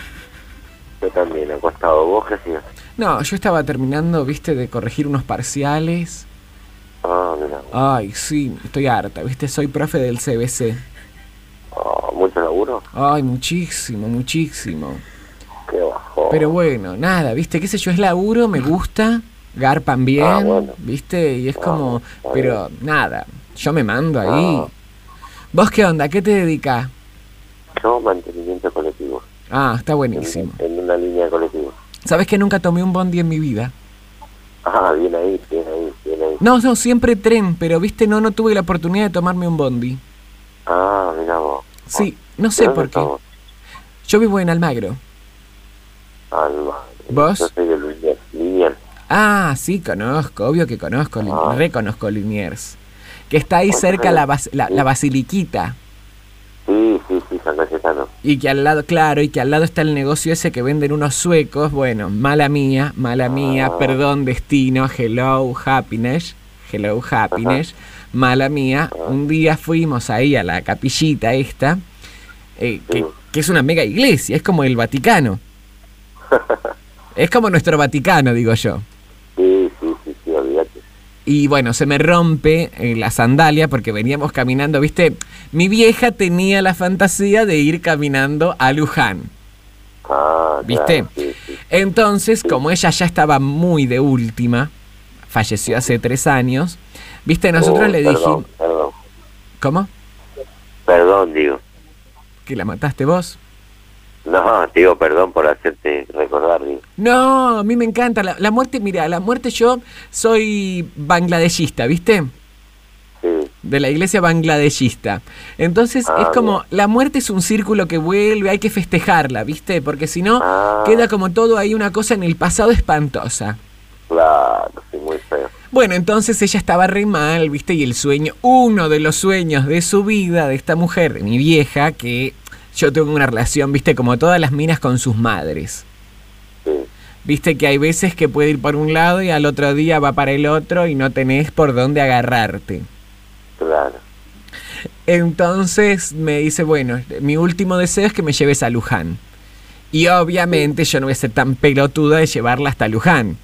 Yo también, acostado. ¿Vos qué hacías? No, yo estaba terminando, viste, de corregir unos parciales. Ah, mira. Ay, sí, estoy harta, viste, soy profe del C B C. Oh, ¿mucho laburo? Ay, muchísimo, muchísimo. Qué bajón. Pero bueno, nada, viste, qué sé yo, es laburo, me gusta, garpan bien, Ah, bueno. viste, y es Ah, como, está pero nada, yo me mando ahí. Ah. ¿Vos qué onda? ¿Qué te dedicas? Yo, mantenimiento colectivo. Ah, está En, buenísimo. en una línea de colectivo. ¿Sabés que nunca tomé un bondi en mi vida? Ah, bien ahí, bien ahí, bien ahí. No, no, siempre tren, pero viste, no, no tuve la oportunidad de tomarme un bondi. Ah, mira vos. Sí, no ¿De sé dónde por qué. estamos? Yo vivo en Almagro. Alma. ¿Vos? Yo soy de Liniers. Liniers. Ah, sí, conozco, obvio que conozco, Lin- Ah. reconozco Liniers. Que está ahí Bueno, cerca la, bueno. bas- la, la basiliquita. Sí, sí, sí, San Cayetano. Y que al lado, claro, y que al lado está el negocio ese que venden unos suecos. Bueno, mala mía, mala mía, Ah. perdón, destino, hello, happiness, hello, happiness, mala mía. Un día fuimos ahí a la capillita esta, eh, que, Sí. que es una mega iglesia, es como el Vaticano. Es como nuestro Vaticano, digo yo. Sí, sí, sí, sí, olvídate. Y bueno, se me rompe eh, la sandalia porque veníamos caminando, viste, mi vieja tenía la fantasía de ir caminando a Luján. Ah, ¿Viste? claro, sí, sí. Entonces, como ella ya estaba muy de última, falleció hace tres años, viste, nosotros Oh, le perdón, dijimos... Perdón, ¿Cómo? perdón, digo. ¿Que la mataste vos? No, te digo perdón por hacerte recordar, digo. No, a mí me encanta. La, la muerte, mira, la muerte yo soy bangladeshista, ¿viste? Sí. De la iglesia bangladeshista. Entonces Ah, es como, bien. la muerte es un círculo que vuelve, hay que festejarla, ¿viste? Porque si no, Ah. queda como todo ahí una cosa en el pasado espantosa. Claro, sí, muy feo. Bueno, entonces ella estaba re mal, ¿viste? Y el sueño, uno de los sueños de su vida, de esta mujer, de mi vieja, que yo tengo una relación, ¿viste? Como todas las minas con sus madres. Sí. Viste que hay veces que puede ir por un lado y al otro día va para el otro y no tenés por dónde agarrarte. Claro. Entonces me dice, bueno, mi último deseo es que me lleves a Luján. Y obviamente yo no voy a ser tan pelotuda de llevarla hasta Luján.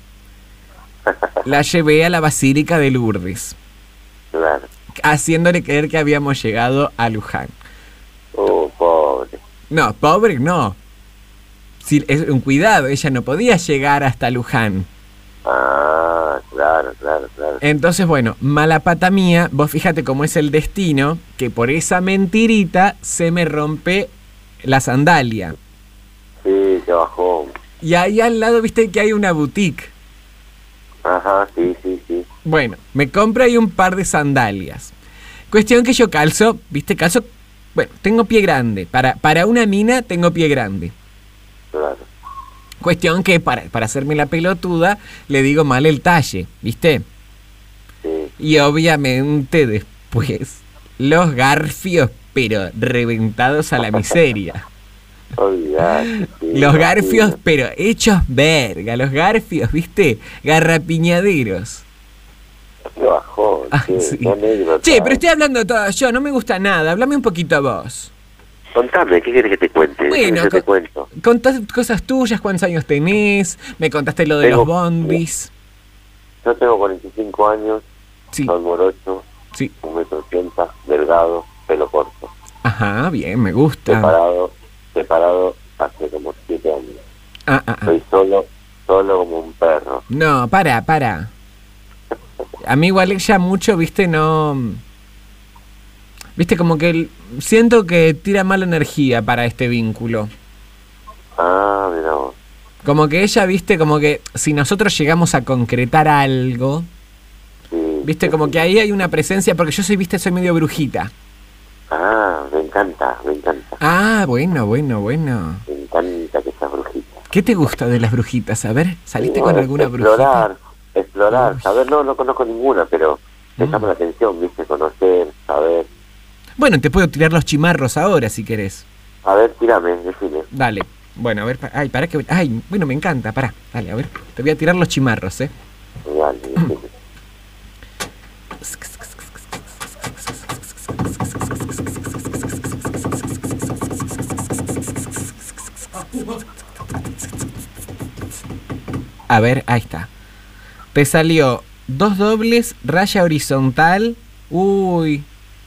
La llevé a la Basílica de Lourdes, Claro. haciéndole creer que habíamos llegado a Luján. Oh, pobre. No, pobre no. Sí, es un cuidado, ella no podía llegar hasta Luján. Ah, claro, claro, claro. Entonces, bueno, mala pata mía, vos fíjate cómo es el destino, que por esa mentirita se me rompe la sandalia. Sí, te bajó. Y ahí al lado, viste que hay una boutique. Ajá, sí, sí, sí. Bueno, me compro ahí un par de sandalias. Cuestión que yo calzo, viste, calzo, bueno, tengo pie grande. Para, para una mina tengo pie grande. Claro. Cuestión que para, para hacerme la pelotuda le digo mal el talle, ¿viste? Sí. Y obviamente después los garfios, pero reventados a la miseria. Olvidate. Sí, Los sí. garfios, pero hechos verga, los garfios, ¿viste? Garrapiñaderos. Qué bajón, Ah, che, sí. qué anécdota. Che, pero estoy hablando todo yo, no me gusta nada, háblame un poquito vos. Contame, ¿qué quieres que te cuente? Bueno, Yo te co- cuento. Contás cosas tuyas, cuántos años tenés, me contaste lo de Tengo- los bondis. Yo tengo cuarenta y cinco años, Sí, soy morocho, sí. un metro ochenta, delgado, pelo corto. Ajá, bien, me gusta. Separado, separado hace como siete años. Ah, ah, ah. Soy solo, solo como un perro. No, para, para. A mí igual ya mucho, viste, no... Viste, como que el- siento que tira mala energía para este vínculo. Ah, mira vos. Como que ella, viste, como que si nosotros llegamos a concretar algo, Sí, viste, sí, como sí. que ahí hay una presencia, porque yo soy, viste, soy medio brujita. Ah, me encanta, me encanta. Ah, bueno, bueno, bueno. Me encanta que seas brujita. ¿Qué te gusta de las brujitas? A ver, ¿saliste No, con es- alguna explorar, brujita? Explorar, Uy. saber, no, no conozco ninguna, pero me Mm. llama la atención, viste, conocer, saber. Bueno, te puedo tirar los chimarros ahora, si querés. A ver, tírame, decime. Dale. Bueno, a ver, pa- ay, para que... Ay, bueno, me encanta, pará. Dale, a ver. Te voy a tirar los chimarros, ¿eh? Dale, decime. A ver, ahí está. Te salió dos dobles, raya horizontal. Uy.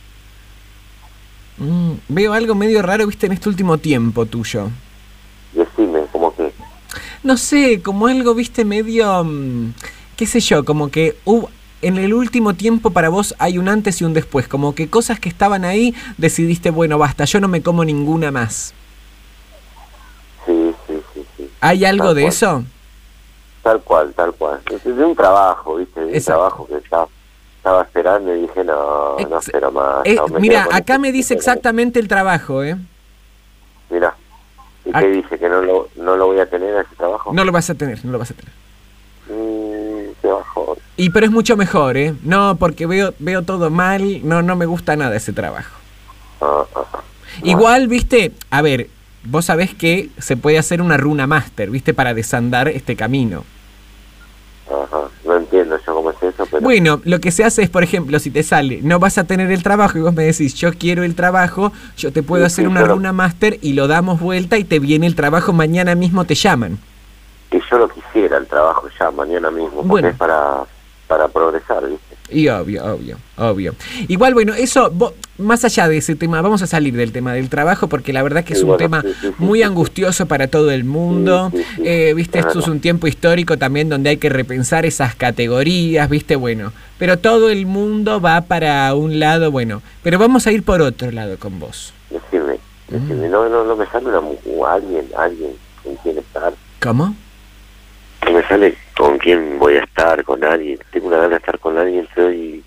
Mm, veo algo medio raro, viste, en este último tiempo tuyo. Decime, como que. No sé, como algo, viste, medio... mm, qué sé yo, como que hubo... En el último tiempo para vos hay un antes y un después. Como que cosas que estaban ahí, decidiste, bueno, basta, yo no me como ninguna más. Sí, sí, sí, sí. ¿Hay algo Tal de cual. eso? Tal cual, tal cual. Es de un trabajo, viste, de un Exacto. trabajo que estaba, estaba esperando y dije, no, no Ex- espero más. Eh, no, me mira, quedo con acá este me dice tipo de- exactamente el trabajo, ¿eh? Mira. ¿Y Ah. qué dice? ¿Que no lo, no lo voy a tener a ese trabajo? No lo vas a tener, no lo vas a tener. Mm, qué bajón. Y pero es mucho mejor, ¿eh? No, porque veo veo todo mal, no no me gusta nada ese trabajo. Ah, ah, ah. Igual, viste, a ver, vos sabés que se puede hacer una runa master, viste, para desandar este camino. Ajá. No entiendo yo cómo es eso, pero... Bueno, lo que se hace es, por ejemplo, si te sale, no vas a tener el trabajo y vos me decís, yo quiero el trabajo, yo te puedo Sí, hacer sí, una claro. runa master y lo damos vuelta y te viene el trabajo, mañana mismo te llaman. Que yo lo quisiera, el trabajo ya, mañana mismo, porque Bueno. es para, para progresar, viste. Y obvio, obvio, obvio. Igual, bueno, eso, vo- más allá de ese tema, vamos a salir del tema del trabajo, porque la verdad que es Sí, un bueno, tema sí, sí, sí, muy sí, angustioso para todo el mundo. Sí, sí, sí, Eh, viste, es esto es verdad. un tiempo histórico también donde hay que repensar esas categorías, viste, bueno. Pero todo el mundo va para un lado, bueno. Pero vamos a ir por otro lado con vos. Decirme, Mm. decirme, no, no, no me sale una, mu- alguien, alguien con quien estar. ¿Cómo? No me sale con quién voy a estar, con alguien. Tengo una gana de estar con alguien, estoy...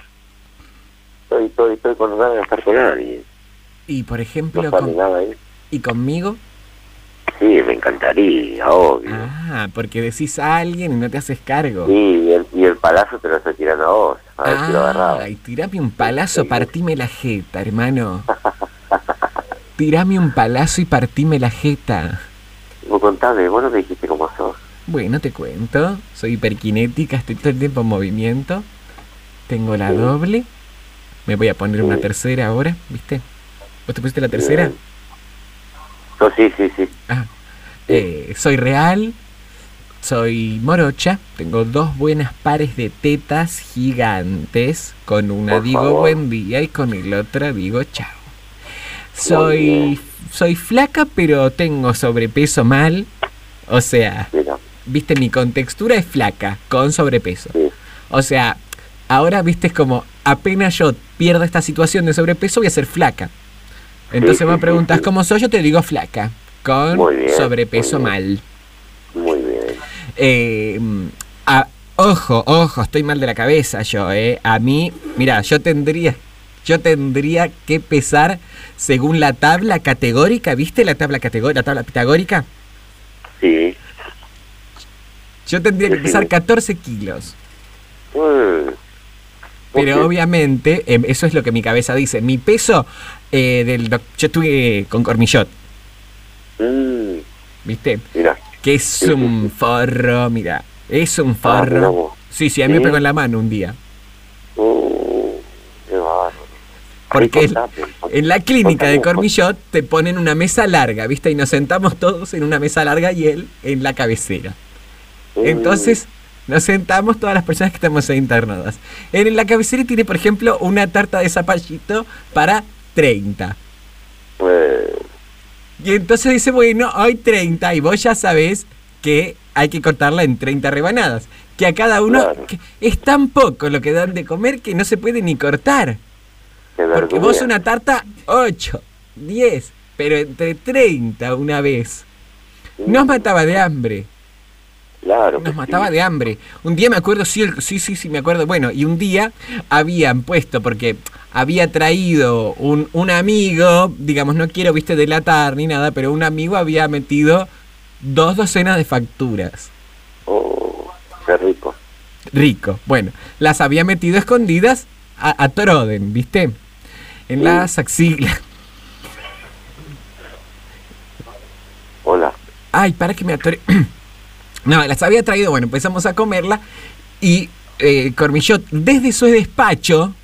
Estoy, estoy, estoy con ganas de estar con alguien. Y por No ejemplo, sale con- nada ahí. ¿y conmigo? Sí, me encantaría, obvio. Ah, porque decís a alguien y no te haces cargo. Sí, y el, y el palazo te lo estoy tirando a vos, a ver si lo agarraba. Ay, tirame un palazo, partime la jeta, hermano. Tirame un palazo y partime la jeta. Vos contame, vos no me dijiste cómo sos. Bueno, te cuento. Soy hiperkinética, estoy todo el tiempo en movimiento. Tengo la doble. Me voy a poner una tercera ahora, ¿viste? ¿Vos te pusiste la tercera? Bien. No, sí, sí, sí. Ah. Eh, soy real. Soy morocha. Tengo dos buenas pares de tetas gigantes. Con una Por digo favor. buen día y con el otra digo chao. Soy, bien. soy flaca, pero tengo sobrepeso mal. O sea, Mira, viste, mi contextura es flaca, con sobrepeso. sí. O sea, ahora, viste, es como, apenas yo pierdo esta situación de sobrepeso, voy a ser flaca. Entonces Sí, me sí, preguntas sí, sí. cómo soy, yo te digo flaca, con Muy bien, sobrepeso muy mal. Muy bien. Eh, a- ojo, ojo, estoy mal de la cabeza yo, eh. A mí, mira, yo tendría, yo tendría que pesar según la tabla categórica, ¿viste la tabla categórica, la tabla pitagórica? Sí. Yo tendría que Sí, pesar sí. catorce kilos. Mm. Pero Ok. obviamente, eh, eso es lo que mi cabeza dice. Mi peso eh, del doc- yo estuve con Cormillot, Mm. ¿viste? Mira. Que es Sí, sí, un sí. forro, mira. Es un Ah, mirá forro. vos. Sí, sí, a mí me Sí. pegó en la mano un día. Uh, qué bárbaro. Porque Ay, el- contame, en la clínica de contame, Cormillot te ponen una mesa larga, ¿viste? Y nos sentamos todos en una mesa larga y él en la cabecera. Mm. Entonces nos sentamos todas las personas que estamos ahí internadas. En la cabecera tiene, por ejemplo, una tarta de zapallito para treinta. Eh, Y entonces dice, bueno, hoy treinta y vos ya sabés que hay que cortarla en treinta rebanadas. Que a cada uno Claro. que es tan poco lo que dan de comer que no se puede ni cortar. qué Porque vergüenza. vos una tarta, ocho, diez, pero entre treinta una vez. Nos mataba de hambre. Claro. Nos mataba de hambre. Un día me acuerdo, sí, el- sí, sí, sí, me acuerdo. Bueno, y un día habían puesto, porque había traído un, un amigo, digamos, no quiero, viste, delatar ni nada, pero un amigo había metido dos docenas de facturas. Oh, qué rico. Rico. Bueno, las había metido escondidas a, a Troden, ¿viste? En las axilas. Hola. Ay, para que me atore. No, las había traído, bueno, empezamos a comerla y eh, Cormillot, desde su despacho,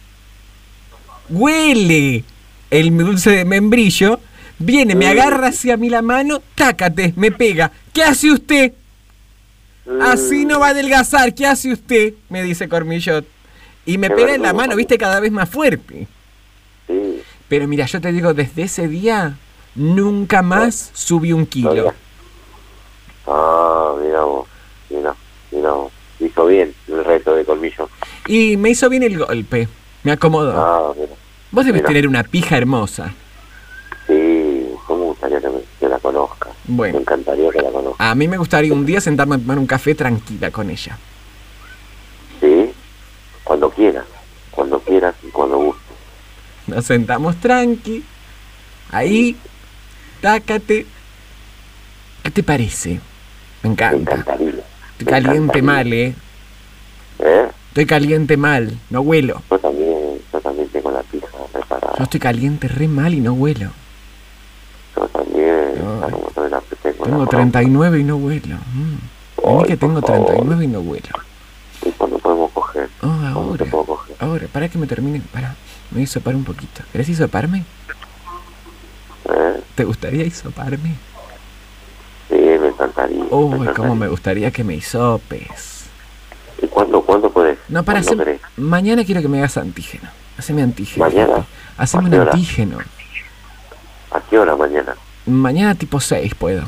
huele el dulce de membrillo, viene, me agarra hacia mí la mano, tácate, me pega. ¿Qué hace usted? Así no va a adelgazar, ¿qué hace usted? Me dice Cormillot. Y me Qué pega en la vergüenza. mano, viste, cada vez más fuerte. Sí. Pero mira, yo te digo, desde ese día, nunca más subí un kilo. Ah, mira vos, mira, mira vos. Hizo bien el reto de colmillo. Y me hizo bien el golpe, me acomodó. Ah, mira. Vos debes mira. tener una pija hermosa. Sí, cómo me gustaría que, me- que la conozca. Bueno. Me encantaría que la conozca. A mí me gustaría un día sentarme a tomar un café tranquila con ella. Sí, cuando quieras, cuando quieras y cuando guste. Nos sentamos tranqui. Ahí, tácate. ¿Qué te parece? Me encanta. Estoy caliente mal, ¿eh? ¿Eh? Estoy caliente mal, no huelo. Yo también, yo también tengo la pija reparada. Yo estoy caliente re mal y no huelo. Yo también, claro, como tengo la- tengo Tengo la- treinta y nueve y no huelo. Mm. Vení que tengo treinta y nueve y no huelo. ¿Y cuándo podemos coger? Oh, ¿Cuándo ahora. te puedo coger? Ahora, para que me termine. Para, me voy a hisopar un poquito. ¿Querés hisoparme? ¿Eh? ¿Te gustaría hisoparme? Sí, me encantaría. Uy, me encantaría. cómo me gustaría que me hisopes. ¿Y cuándo, cuándo podés? No, para ¿Cuándo hacer. querés? Mañana quiero que me hagas antígeno. Haceme antígeno. ¿Mañana? papi. Haceme ¿A un qué hora? antígeno. ¿A qué hora mañana? Mañana tipo seis puedo.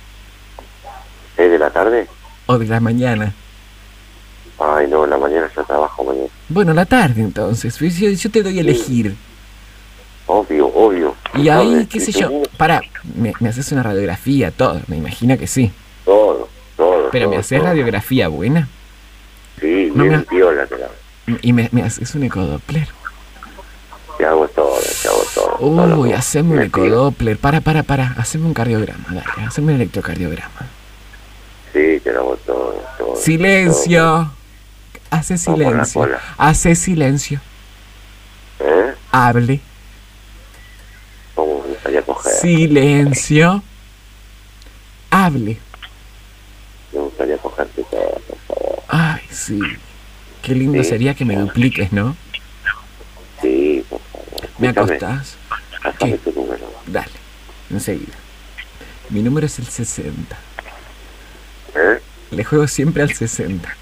¿Seis de la tarde? O de la mañana. Ay, no, en la mañana yo trabajo mañana. Bueno, la tarde entonces. Yo, yo te doy a elegir. Obvio, obvio. Y ahí, ¿Sabes? qué sé Y yo. tú- Pará, me, me haces una radiografía, todo. Me imagino que sí. Todo, todo. Pero me todo, haces todo. radiografía buena. Sí, No bien me- piola te la Y me, me haces un ecodoppler. Te hago todo, te hago todo. todo lo Uy, que- haceme un me pidas. ecodoppler. Para, para, para. Haceme un cardiograma, dale. Haceme un electrocardiograma. Sí, te lo hago todo, todo. Silencio. Hace Vamos por la silencio. cola. Hace silencio. todo. ¿Eh? Hable. ¿Cómo me gustaría coger? Silencio. Hable. Me gustaría cogerte todo, por favor. Ay, sí. Qué lindo Sí. sería que me dupliques, ¿no? Sí, por favor. ¿Me Escúchame, acostás? Pásame tu número. Dale, enseguida. Mi número es el sesenta. ¿Eh? Le juego siempre al sesenta.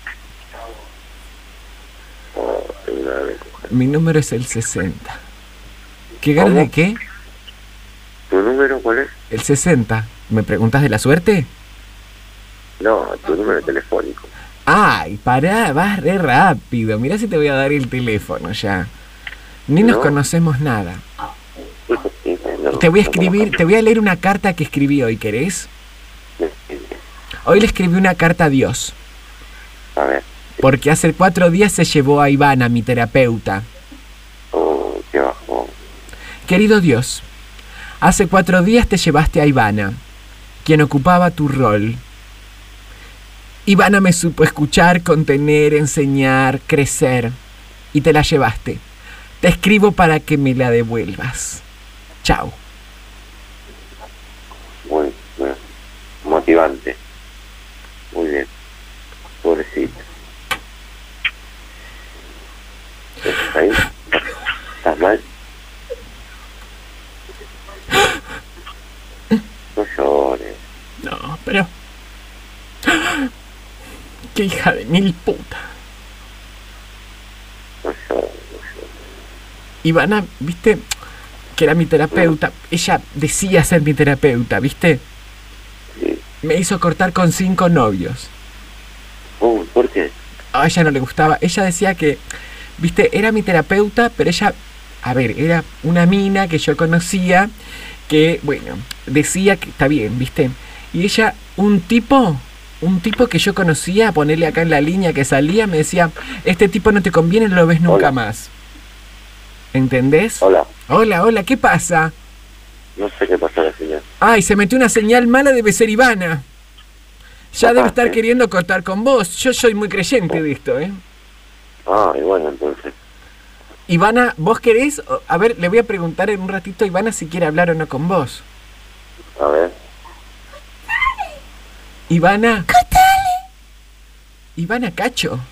Oh, tengo una vez coger. Mi número es el sesenta. ¿Qué ganas ¿Cómo? de qué? ¿Tu número cuál es? El sesenta. ¿Me preguntas de la suerte? No, tu número telefónico. Ay, pará, vas re rápido. Mirá si te voy a dar el teléfono ya. Ni nos No. conocemos nada. Sí, no, Te voy a no escribir, te voy a leer una carta que escribí hoy, ¿querés? conozco. Hoy le escribí una carta a Dios. A ver. Porque hace cuatro días se llevó a Ivana, mi terapeuta. Oh, qué bajón. Querido Dios, hace cuatro días te llevaste a Ivana, quien ocupaba tu rol. Ivana me supo escuchar, contener, enseñar, crecer, y te la llevaste. Te escribo para que me la devuelvas. Chao. Muy bien. Motivante. Muy bien. Pobrecita. ¿Estás ahí? ¿Estás mal? No llores. No, pero... ¡Qué hija de mil puta! No llores. Ivana, viste, que era mi terapeuta. Ella decía ser mi terapeuta, ¿viste? Me hizo cortar con cinco novios. Oh, ¿por qué? A ella no le gustaba. Ella decía que, viste, era mi terapeuta, pero ella, a ver, era una mina que yo conocía, que, bueno, decía que está bien, viste, Y ella, un tipo, un tipo que yo conocía, ponerle acá en la línea que salía, me decía, este tipo no te conviene, no lo ves nunca Hola. más. ¿Entendés? Hola. Hola, hola, ¿qué pasa? No sé qué pasa la señal. Ay, se metió una señal mala, debe ser Ivana. Ya debe estar queriendo cortar con vos. Yo soy muy creyente de esto, ¿eh? Ah, y bueno, entonces. Ivana, ¿vos querés? A ver, le voy a preguntar en un ratito a Ivana si quiere hablar o no con vos. A ver. Ivana. ¡Cortale! Ivana Cacho.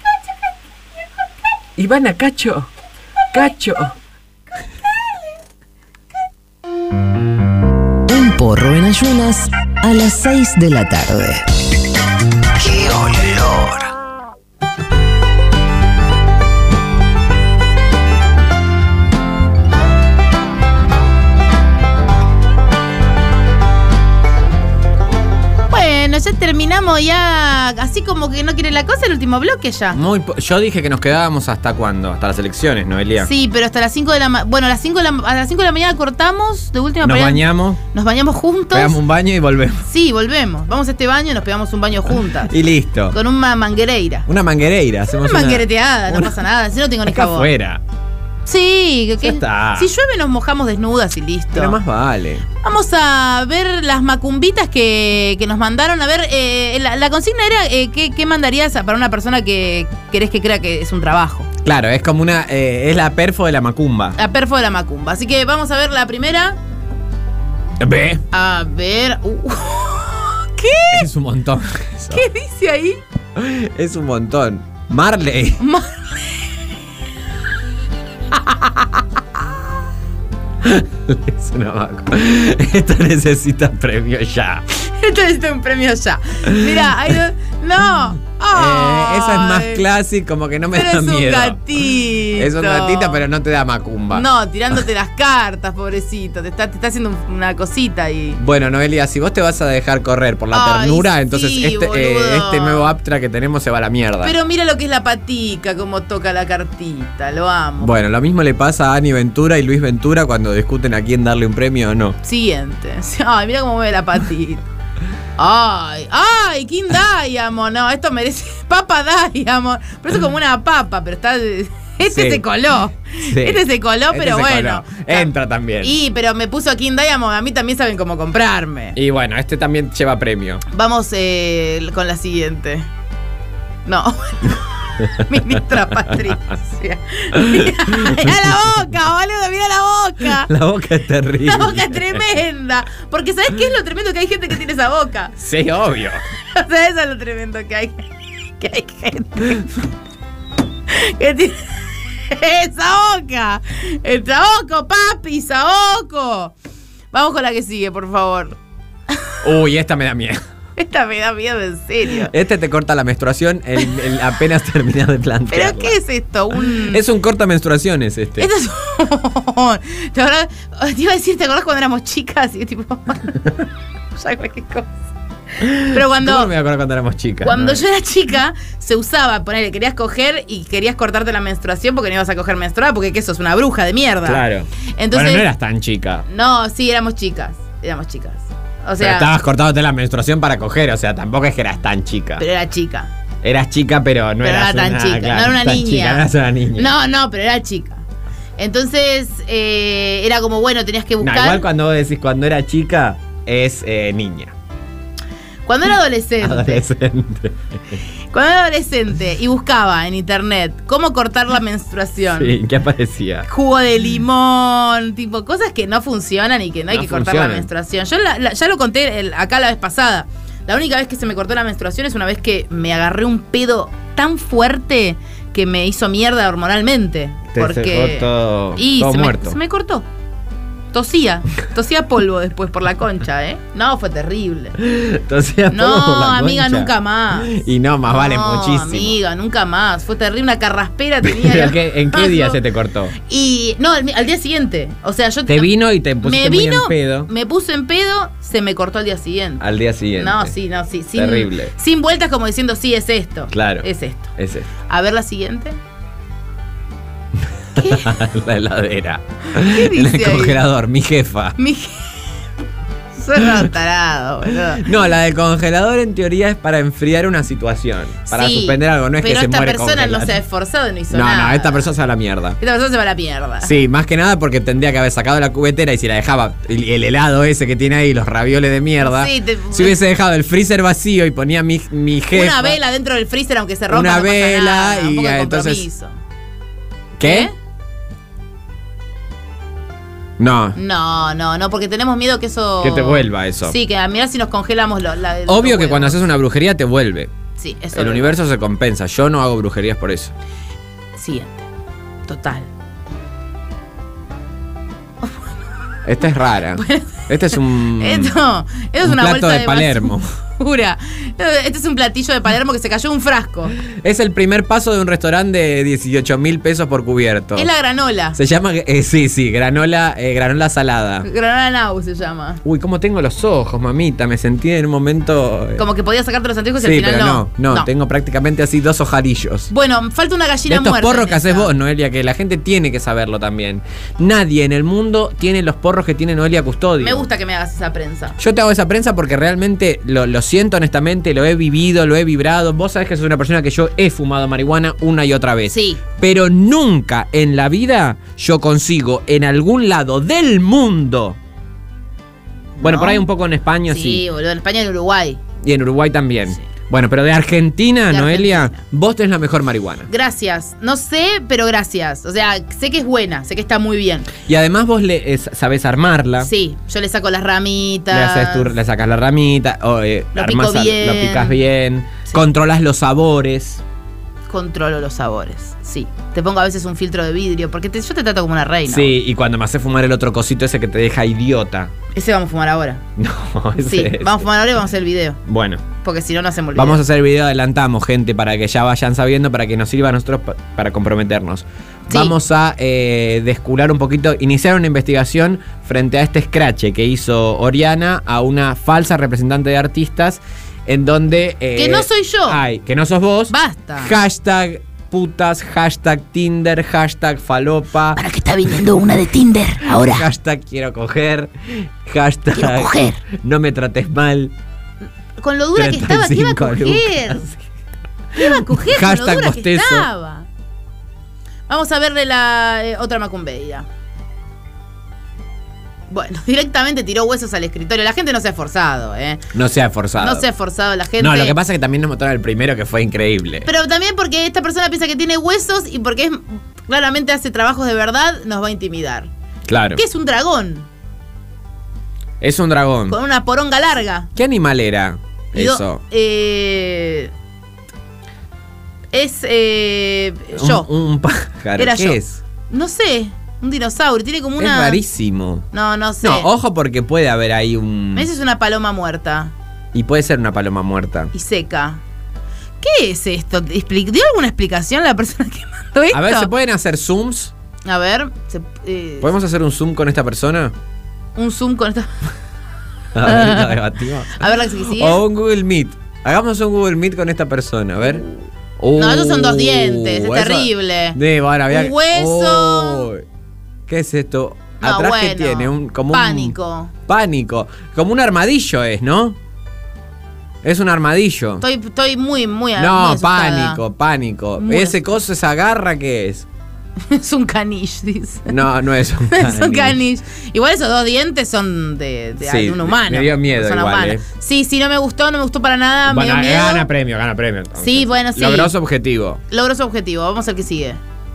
Ivana Cacho. Cacho. Un porro en ayunas a las seis de la tarde. ¡Qué olor! Bueno, ya terminamos ya, así como que no quiere la cosa, el último bloque ya. Muy po- yo dije que nos quedábamos hasta cuándo, hasta las elecciones, Noelia. Sí, pero hasta las cinco de la mañana. Bueno, a las cinco de la, a las cinco de la mañana cortamos, de última Nos para- bañamos, Nos bañamos juntos. pegamos un baño y volvemos. Sí, volvemos. Vamos a este baño y nos pegamos un baño juntas. Y listo. Con una manguereira. Una manguereira. Hacemos Una manguereteada, no una- pasa nada. Si no tengo ni Acá jabón. afuera. Sí, que, que- está. si llueve nos mojamos desnudas y listo. Pero más vale. Vamos a ver las macumbitas que, que nos mandaron. A ver, eh, la, la consigna era eh, ¿qué, qué mandarías para una persona que querés que crea que es un trabajo? Claro, es como una. eh, es la perfo de la macumba. La perfo de la macumba. Así que vamos a ver la primera. Ve. A ver. uh, ¿Qué? Es un montón. Eso. ¿Qué dice ahí? Es un montón. Marley. Es una vaca. Esto necesita premio ya. Esto necesita un premio ya. Mira, hay dos. ¡No! Eh, esa es más Ay. clásica, como que no me Pero da es un miedo. gatito. Es un gatito, pero no te da macumba. No, tirándote las cartas, pobrecito. Te está, te está haciendo un- una cosita y. Bueno, Noelia, si vos te vas a dejar correr por la Ay, ternura, sí, entonces este, boludo. eh, este nuevo Aptra que tenemos se va a la mierda. Pero mira lo que es la patica, cómo toca la cartita. Lo amo. Bueno, lo mismo le pasa a Ani Ventura y Luis Ventura cuando discuten a quién darle un premio o no. Siguiente. Ay, mira cómo mueve la patita. Ay, ay, King Diamond. No, esto merece. Papa Diamond. Pero eso es como una papa, pero está. Este Sí. se coló. Sí. Este se coló, Este pero se bueno. coló. Entra también. Y, Y, pero me puso King Diamond. A mí también saben cómo comprarme. bueno, este también lleva premio. Vamos eh, con la siguiente. No. Ministra Patricia. Mira la boca, boludo, mira la boca. La boca es terrible. La boca es tremenda. Porque ¿sabes qué es lo tremendo? Que hay gente que tiene esa boca. Sí, obvio. O sea, eso es lo tremendo que hay. Que hay gente que tiene esa boca. El saoco, papi, saoco. Vamos con la que sigue, por favor. Uy, esta me da miedo. Esta me da miedo, en serio. Este te corta la menstruación el, el apenas terminas de plantearla. ¿Pero qué es esto? Un... Es un corta menstruaciones este. Esto es un... ¿Te, acordás? Te iba a decir, ¿te acordás cuando éramos chicas? Y tipo... ya cualquier cosa. Pero cuando... ¿Cómo no me acuerdo cuando éramos chicas? Cuando no? yo era chica, se usaba, ponele, querías coger y querías cortarte la menstruación porque no ibas a coger menstruada, porque ¿qué sos? Una bruja de mierda. Claro. Entonces, bueno, no eras tan chica. No, sí, éramos chicas. Éramos chicas. O Pero sea, estabas cortándote la menstruación para coger, o sea, tampoco es que eras tan chica. pero era chica. Eras chica, pero no pero eras no era tan una, chica, claro, no era una tan niña. chica, no eras una niña. No, no, pero era chica. Entonces, eh, era como, bueno, tenías que No, buscar. igual cuando vos decís cuando era chica, es eh, niña. Cuando era adolescente. Adolescente. Cuando era adolescente y buscaba en internet cómo cortar la menstruación. Sí, ¿qué aparecía? Jugo de limón, tipo cosas que no funcionan y que no hay No que cortar la funcionan. menstruación. Yo la- la- ya lo conté el- acá la vez pasada. La única vez que se me cortó la menstruación es una vez que me agarré un pedo tan fuerte que me hizo mierda hormonalmente. Te porque cerró todo- y todo se, muerto. Me, se me cortó. Tosía, tosía polvo después por la concha, ¿eh? No, fue terrible. Entonces, No, todo por la amiga, concha. nunca más. Y no, más vale No, muchísimo. amiga, nunca más. Fue terrible, una carraspera tenía. ¿Pero qué- ¿En qué día se te cortó? Y no, al, al día siguiente. O sea, yo Te vino y te pusiste me muy vino, en pedo me puse en pedo, se me cortó al día siguiente. al día siguiente. No, sí, no, sí. Sin, Terrible. Sin vueltas como diciendo, sí, es esto. Claro. Es esto. Es esto. A ver la siguiente. La heladera. ¿Qué En dice el ahí? congelador, mi jefa. Mi Suena un tarado, boludo. No, la del congelador en teoría es para enfriar una situación. Para Sí, suspender algo, no es que se muere Pero esta persona congelado. no se ha esforzado y no hizo No, nada. no, esta persona se va a la mierda. Esta persona se va a la mierda. Sí, más que nada porque tendría que haber sacado la cubetera y si la dejaba el, el helado ese que tiene ahí, los ravioles de mierda. Sí, te- si hubiese dejado el freezer vacío y ponía mi, mi jefa. Una vela dentro del freezer, aunque se rompa. Una no pasa vela nada, un y, poco de entonces- compromiso. ¿Qué? No. No, no, no, porque tenemos miedo que eso. Que te vuelva eso. Sí, que a mirar si nos congelamos lo, la, los Obvio que huevos. cuando haces una brujería te vuelve. Sí, eso El es universo se compensa. Yo no hago brujerías por eso. Siguiente. Total. Esta es rara. Este es un. Esto, esto es un una plato bolsa de de Palermo. basura. Este es un platillo de Palermo que se cayó en un frasco. Es el primer paso de un restaurante de dieciocho mil pesos por cubierto. Es la granola. Se llama, eh, sí, sí, granola, eh, granola salada. Granola Now se llama. Uy, cómo tengo los ojos, mamita. Me sentí en un momento. eh, Como que podías sacarte los anteojos y sí, al final pero no. no, no, tengo prácticamente así dos ojarillos. Bueno, falta una De gallina estos muerta. porros en que haces esta. vos, Noelia, que la gente tiene que saberlo también. Nadie en el mundo tiene los porros que tiene Noelia Custodio. Me gusta que me hagas esa prensa. Yo te hago esa prensa porque realmente lo, lo siento honestamente, lo he vivido, lo he vibrado. Vos sabés que soy una persona que yo he fumado marihuana una y otra vez. Sí. Pero nunca en la vida yo consigo en algún lado del mundo. Bueno, ¿No? por ahí un poco en España sí. Sí, boludo, en España y en Uruguay. Y en Uruguay también. Bueno, pero de Argentina, De Noelia, Argentina. vos tenés la mejor marihuana. Gracias. No sé, pero gracias. O sea, sé que es buena, sé que está muy bien. Y además vos le, es- sabés armarla. Sí, yo le saco las ramitas. Le, haces tu- le sacas la ramita, o, eh, Lo armás pico al- bien. lo picas bien, controlas los sabores. Controlo los sabores. Sí. Te pongo a veces un filtro de vidrio, porque te- yo te trato como una reina. Sí, y cuando me haces fumar el otro cosito ese que te deja idiota. Ese vamos a fumar ahora. No, ese Sí, es- vamos a fumar ahora y vamos a hacer el video. Bueno, Porque si no, no hacemos el video. vamos a hacer el video, adelantamos, gente, para que ya vayan sabiendo, para que nos sirva a nosotros pa- para comprometernos. Sí. Vamos a eh, descular un poquito, iniciar una investigación frente a este scratch que hizo Oriana a una falsa representante de artistas, en donde... eh, Que no soy yo. Ay, que no sos vos. Basta. Hashtag putas, hashtag Tinder, hashtag falopa. ¿Para qué está viniendo una de Tinder ahora? Hashtag quiero coger. Hashtag Quiero coger. no me trates mal. Con lo dura que estaba, ¿qué iba a treinta y cinco coger? lucas. ¿Qué iba a coger con lo Hashtag dura que bostezo. estaba? Vamos a verle la eh, otra macumbeira. Bueno, directamente tiró huesos al escritorio. La gente no se ha esforzado, ¿eh? No se ha esforzado. No se ha esforzado la gente. No, lo que pasa es que también nos mostraron el primero que fue increíble. Pero también porque esta persona piensa que tiene huesos y porque es, claramente hace trabajos de verdad, nos va a intimidar. Claro. ¿Qué es un dragón? Es un dragón. Con una poronga larga. ¿Qué animal era Y do- eso? eh, es eh, yo. Un, un pájaro. Era ¿Qué yo. es? No sé. Un dinosaurio. Tiene como una. Es rarísimo. No, no sé. No, ojo porque puede haber ahí un... Esa es una paloma muerta Y puede ser una paloma muerta. y seca. ¿Qué es esto? Expli- ¿Dio alguna explicación la persona que mandó esto? A ver, ¿se pueden hacer zooms? A ver, se- eh, ¿Podemos hacer un zoom con esta persona? un zoom con esta. A ver, lo debatimos. A ver la que sigue. O un Google Meet. Hagamos un Google Meet con esta persona, a ver. No, esos son dos Uh, dientes, es eso- terrible. De, bueno, había- Un hueso. Uy, ¿qué es esto? No, Atrás que bueno, tiene un como pánico. un pánico, como un armadillo es, ¿no? Es un armadillo. Estoy, estoy muy, muy muy no, asustada. pánico, pánico. Muy Ese coso, esa garra, ¿qué es? Es un caniche, dice. No, no es un Es un caniche. caniche. Igual esos dos dientes son de, de, Sí, de un humano. me dio miedo persona igual, humana. eh. Sí, sí, no me gustó, no me gustó para nada. Bueno, me dio miedo. gana premio, gana premio. entonces. Sí, bueno, sí. Logró su objetivo. Logró su objetivo. Vamos al que sigue.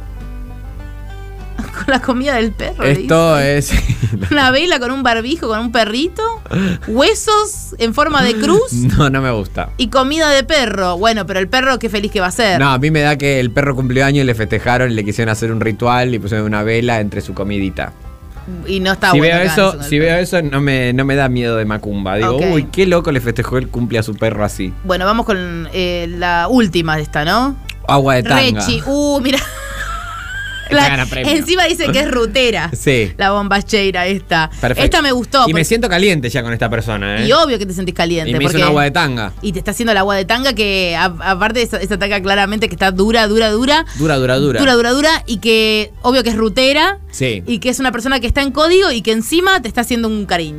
Con la comida del perro. le Esto dice. es. Una vela con un barbijo, con un perrito. Huesos en forma de cruz. No, no me gusta. Y comida de perro. Bueno, pero el perro qué feliz que va a ser. No, a mí me da que el perro cumplió años y le festejaron y le quisieron hacer un ritual y pusieron una vela entre su comidita. Y no está si bueno. veo que hagan eso, con el si perro. veo eso no me, no me da miedo de macumba. Digo, Ok. uy, qué loco le festejó el cumple a su perro así. Bueno, vamos con eh, la última de esta, ¿no? Agua de tanga. Rechi. Uh, mira. Esta La- gana premio. encima dice que es rutera. Sí. La bombacheira esta. Perfecto. Esta me gustó. Y me porque- siento caliente ya con esta persona, ¿eh? y obvio que te sentís caliente. Y me hizo porque- un agua de tanga. Y te está haciendo el agua de tanga que, a- aparte de esa, esa tanga claramente que está dura, dura, dura. Dura, dura, dura. Dura, dura, dura. Y que, obvio que es rutera. Sí. Y que es una persona que está en código y que encima te está haciendo un cariño.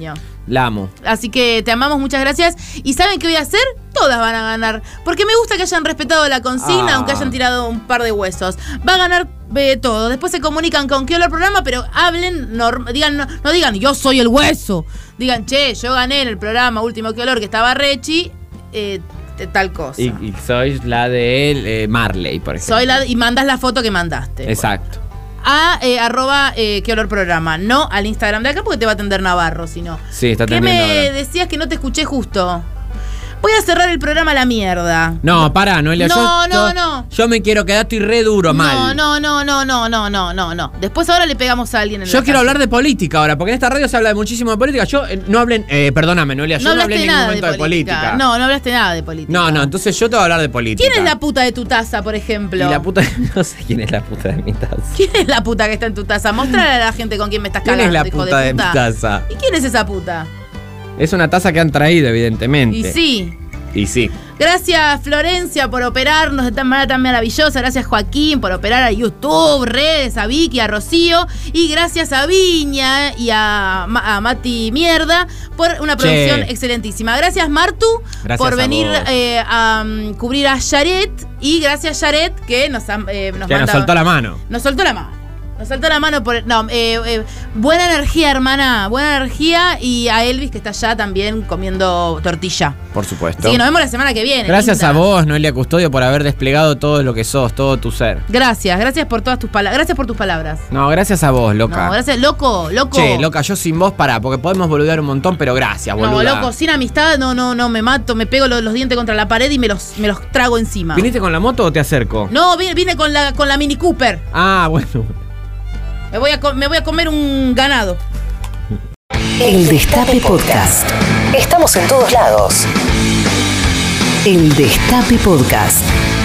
La amo. Así que te amamos, muchas gracias. ¿Y saben qué voy a hacer? Todas van a ganar. Porque me gusta que hayan respetado la consigna, Ah. aunque hayan tirado un par de huesos. Va a ganar eh, todo. Después se comunican con qué olor programa, pero hablen, norm- digan, no, no digan yo soy el hueso. Digan, che, yo gané en el programa Último que olor que estaba Rechi, eh, de tal cosa. Y, y sois la de eh, Marley, por ejemplo. Soy la, y mandas la foto que mandaste. Exacto. A eh, arroba eh, qué olor programa, no al Instagram de acá porque te va a atender Navarro, si no. Sí, está ¿Qué atendiendo me ahora. decías que no te escuché justo? Voy a cerrar el programa a la mierda. No, pará, Noelia. No, yo, no, yo- no. Yo me quiero quedar, estoy re duro, mal. No, no, no, no, no, no, no, no, no. Después ahora le pegamos a alguien en Yo la quiero calle. hablar de política ahora, porque en esta radio se habla de muchísimo de política. Yo eh, no hablen, eh, perdóname, Noelia, yo No no, hablé en hablaste ningún nada momento de de política. política. No, no hablaste nada de política. No, no, entonces yo te voy a hablar de política. ¿Quién es la puta de tu taza, por ejemplo? Y la puta, no sé quién es la puta de mi taza. ¿Quién es la puta que está en tu taza? Mostrale a la gente con quién me estás ¿Quién cagando, es la hijo puta de, mi puta. taza? ¿Y quién es esa puta? Es una taza que han traído, evidentemente. Y sí. Y sí. Gracias Florencia por operarnos de tan manera tan maravillosa. Gracias Joaquín por operar a YouTube, redes, a Vicky, a Rocío. Y gracias a Viña y a, Ma- a Mati Mierda por una Che. producción excelentísima. Gracias Martu Gracias por a venir vos. eh, a um, cubrir a Yaret. Y gracias Yaret que nos, ha- eh, nos Que nos manda- soltó la mano. Nos soltó la mano. Nos soltó la mano por. No, eh, eh, buena energía, hermana. Buena energía. Y a Elvis, que está allá también comiendo tortilla. Por supuesto. Así que nos vemos la semana que viene. Gracias linda. a vos, Noelia Custodio, por haber desplegado todo lo que sos, todo tu ser. Gracias, gracias por todas tus palabras. Gracias por tus palabras. No, gracias a vos, loca. No, gracias. Loco, loco. Che, loca, yo sin vos pará, porque podemos boludear un montón, pero gracias, boluda. No, loco, sin amistad, no, no, no, me mato, me pego los, los dientes contra la pared y me los, me los trago encima. ¿Viniste con la moto o te acerco? No, vine, vine con la, con la Mini Cooper. Ah, bueno. Me voy, a, co- me voy a comer un ganado. El Destape Podcast. Estamos en todos lados. El Destape Podcast.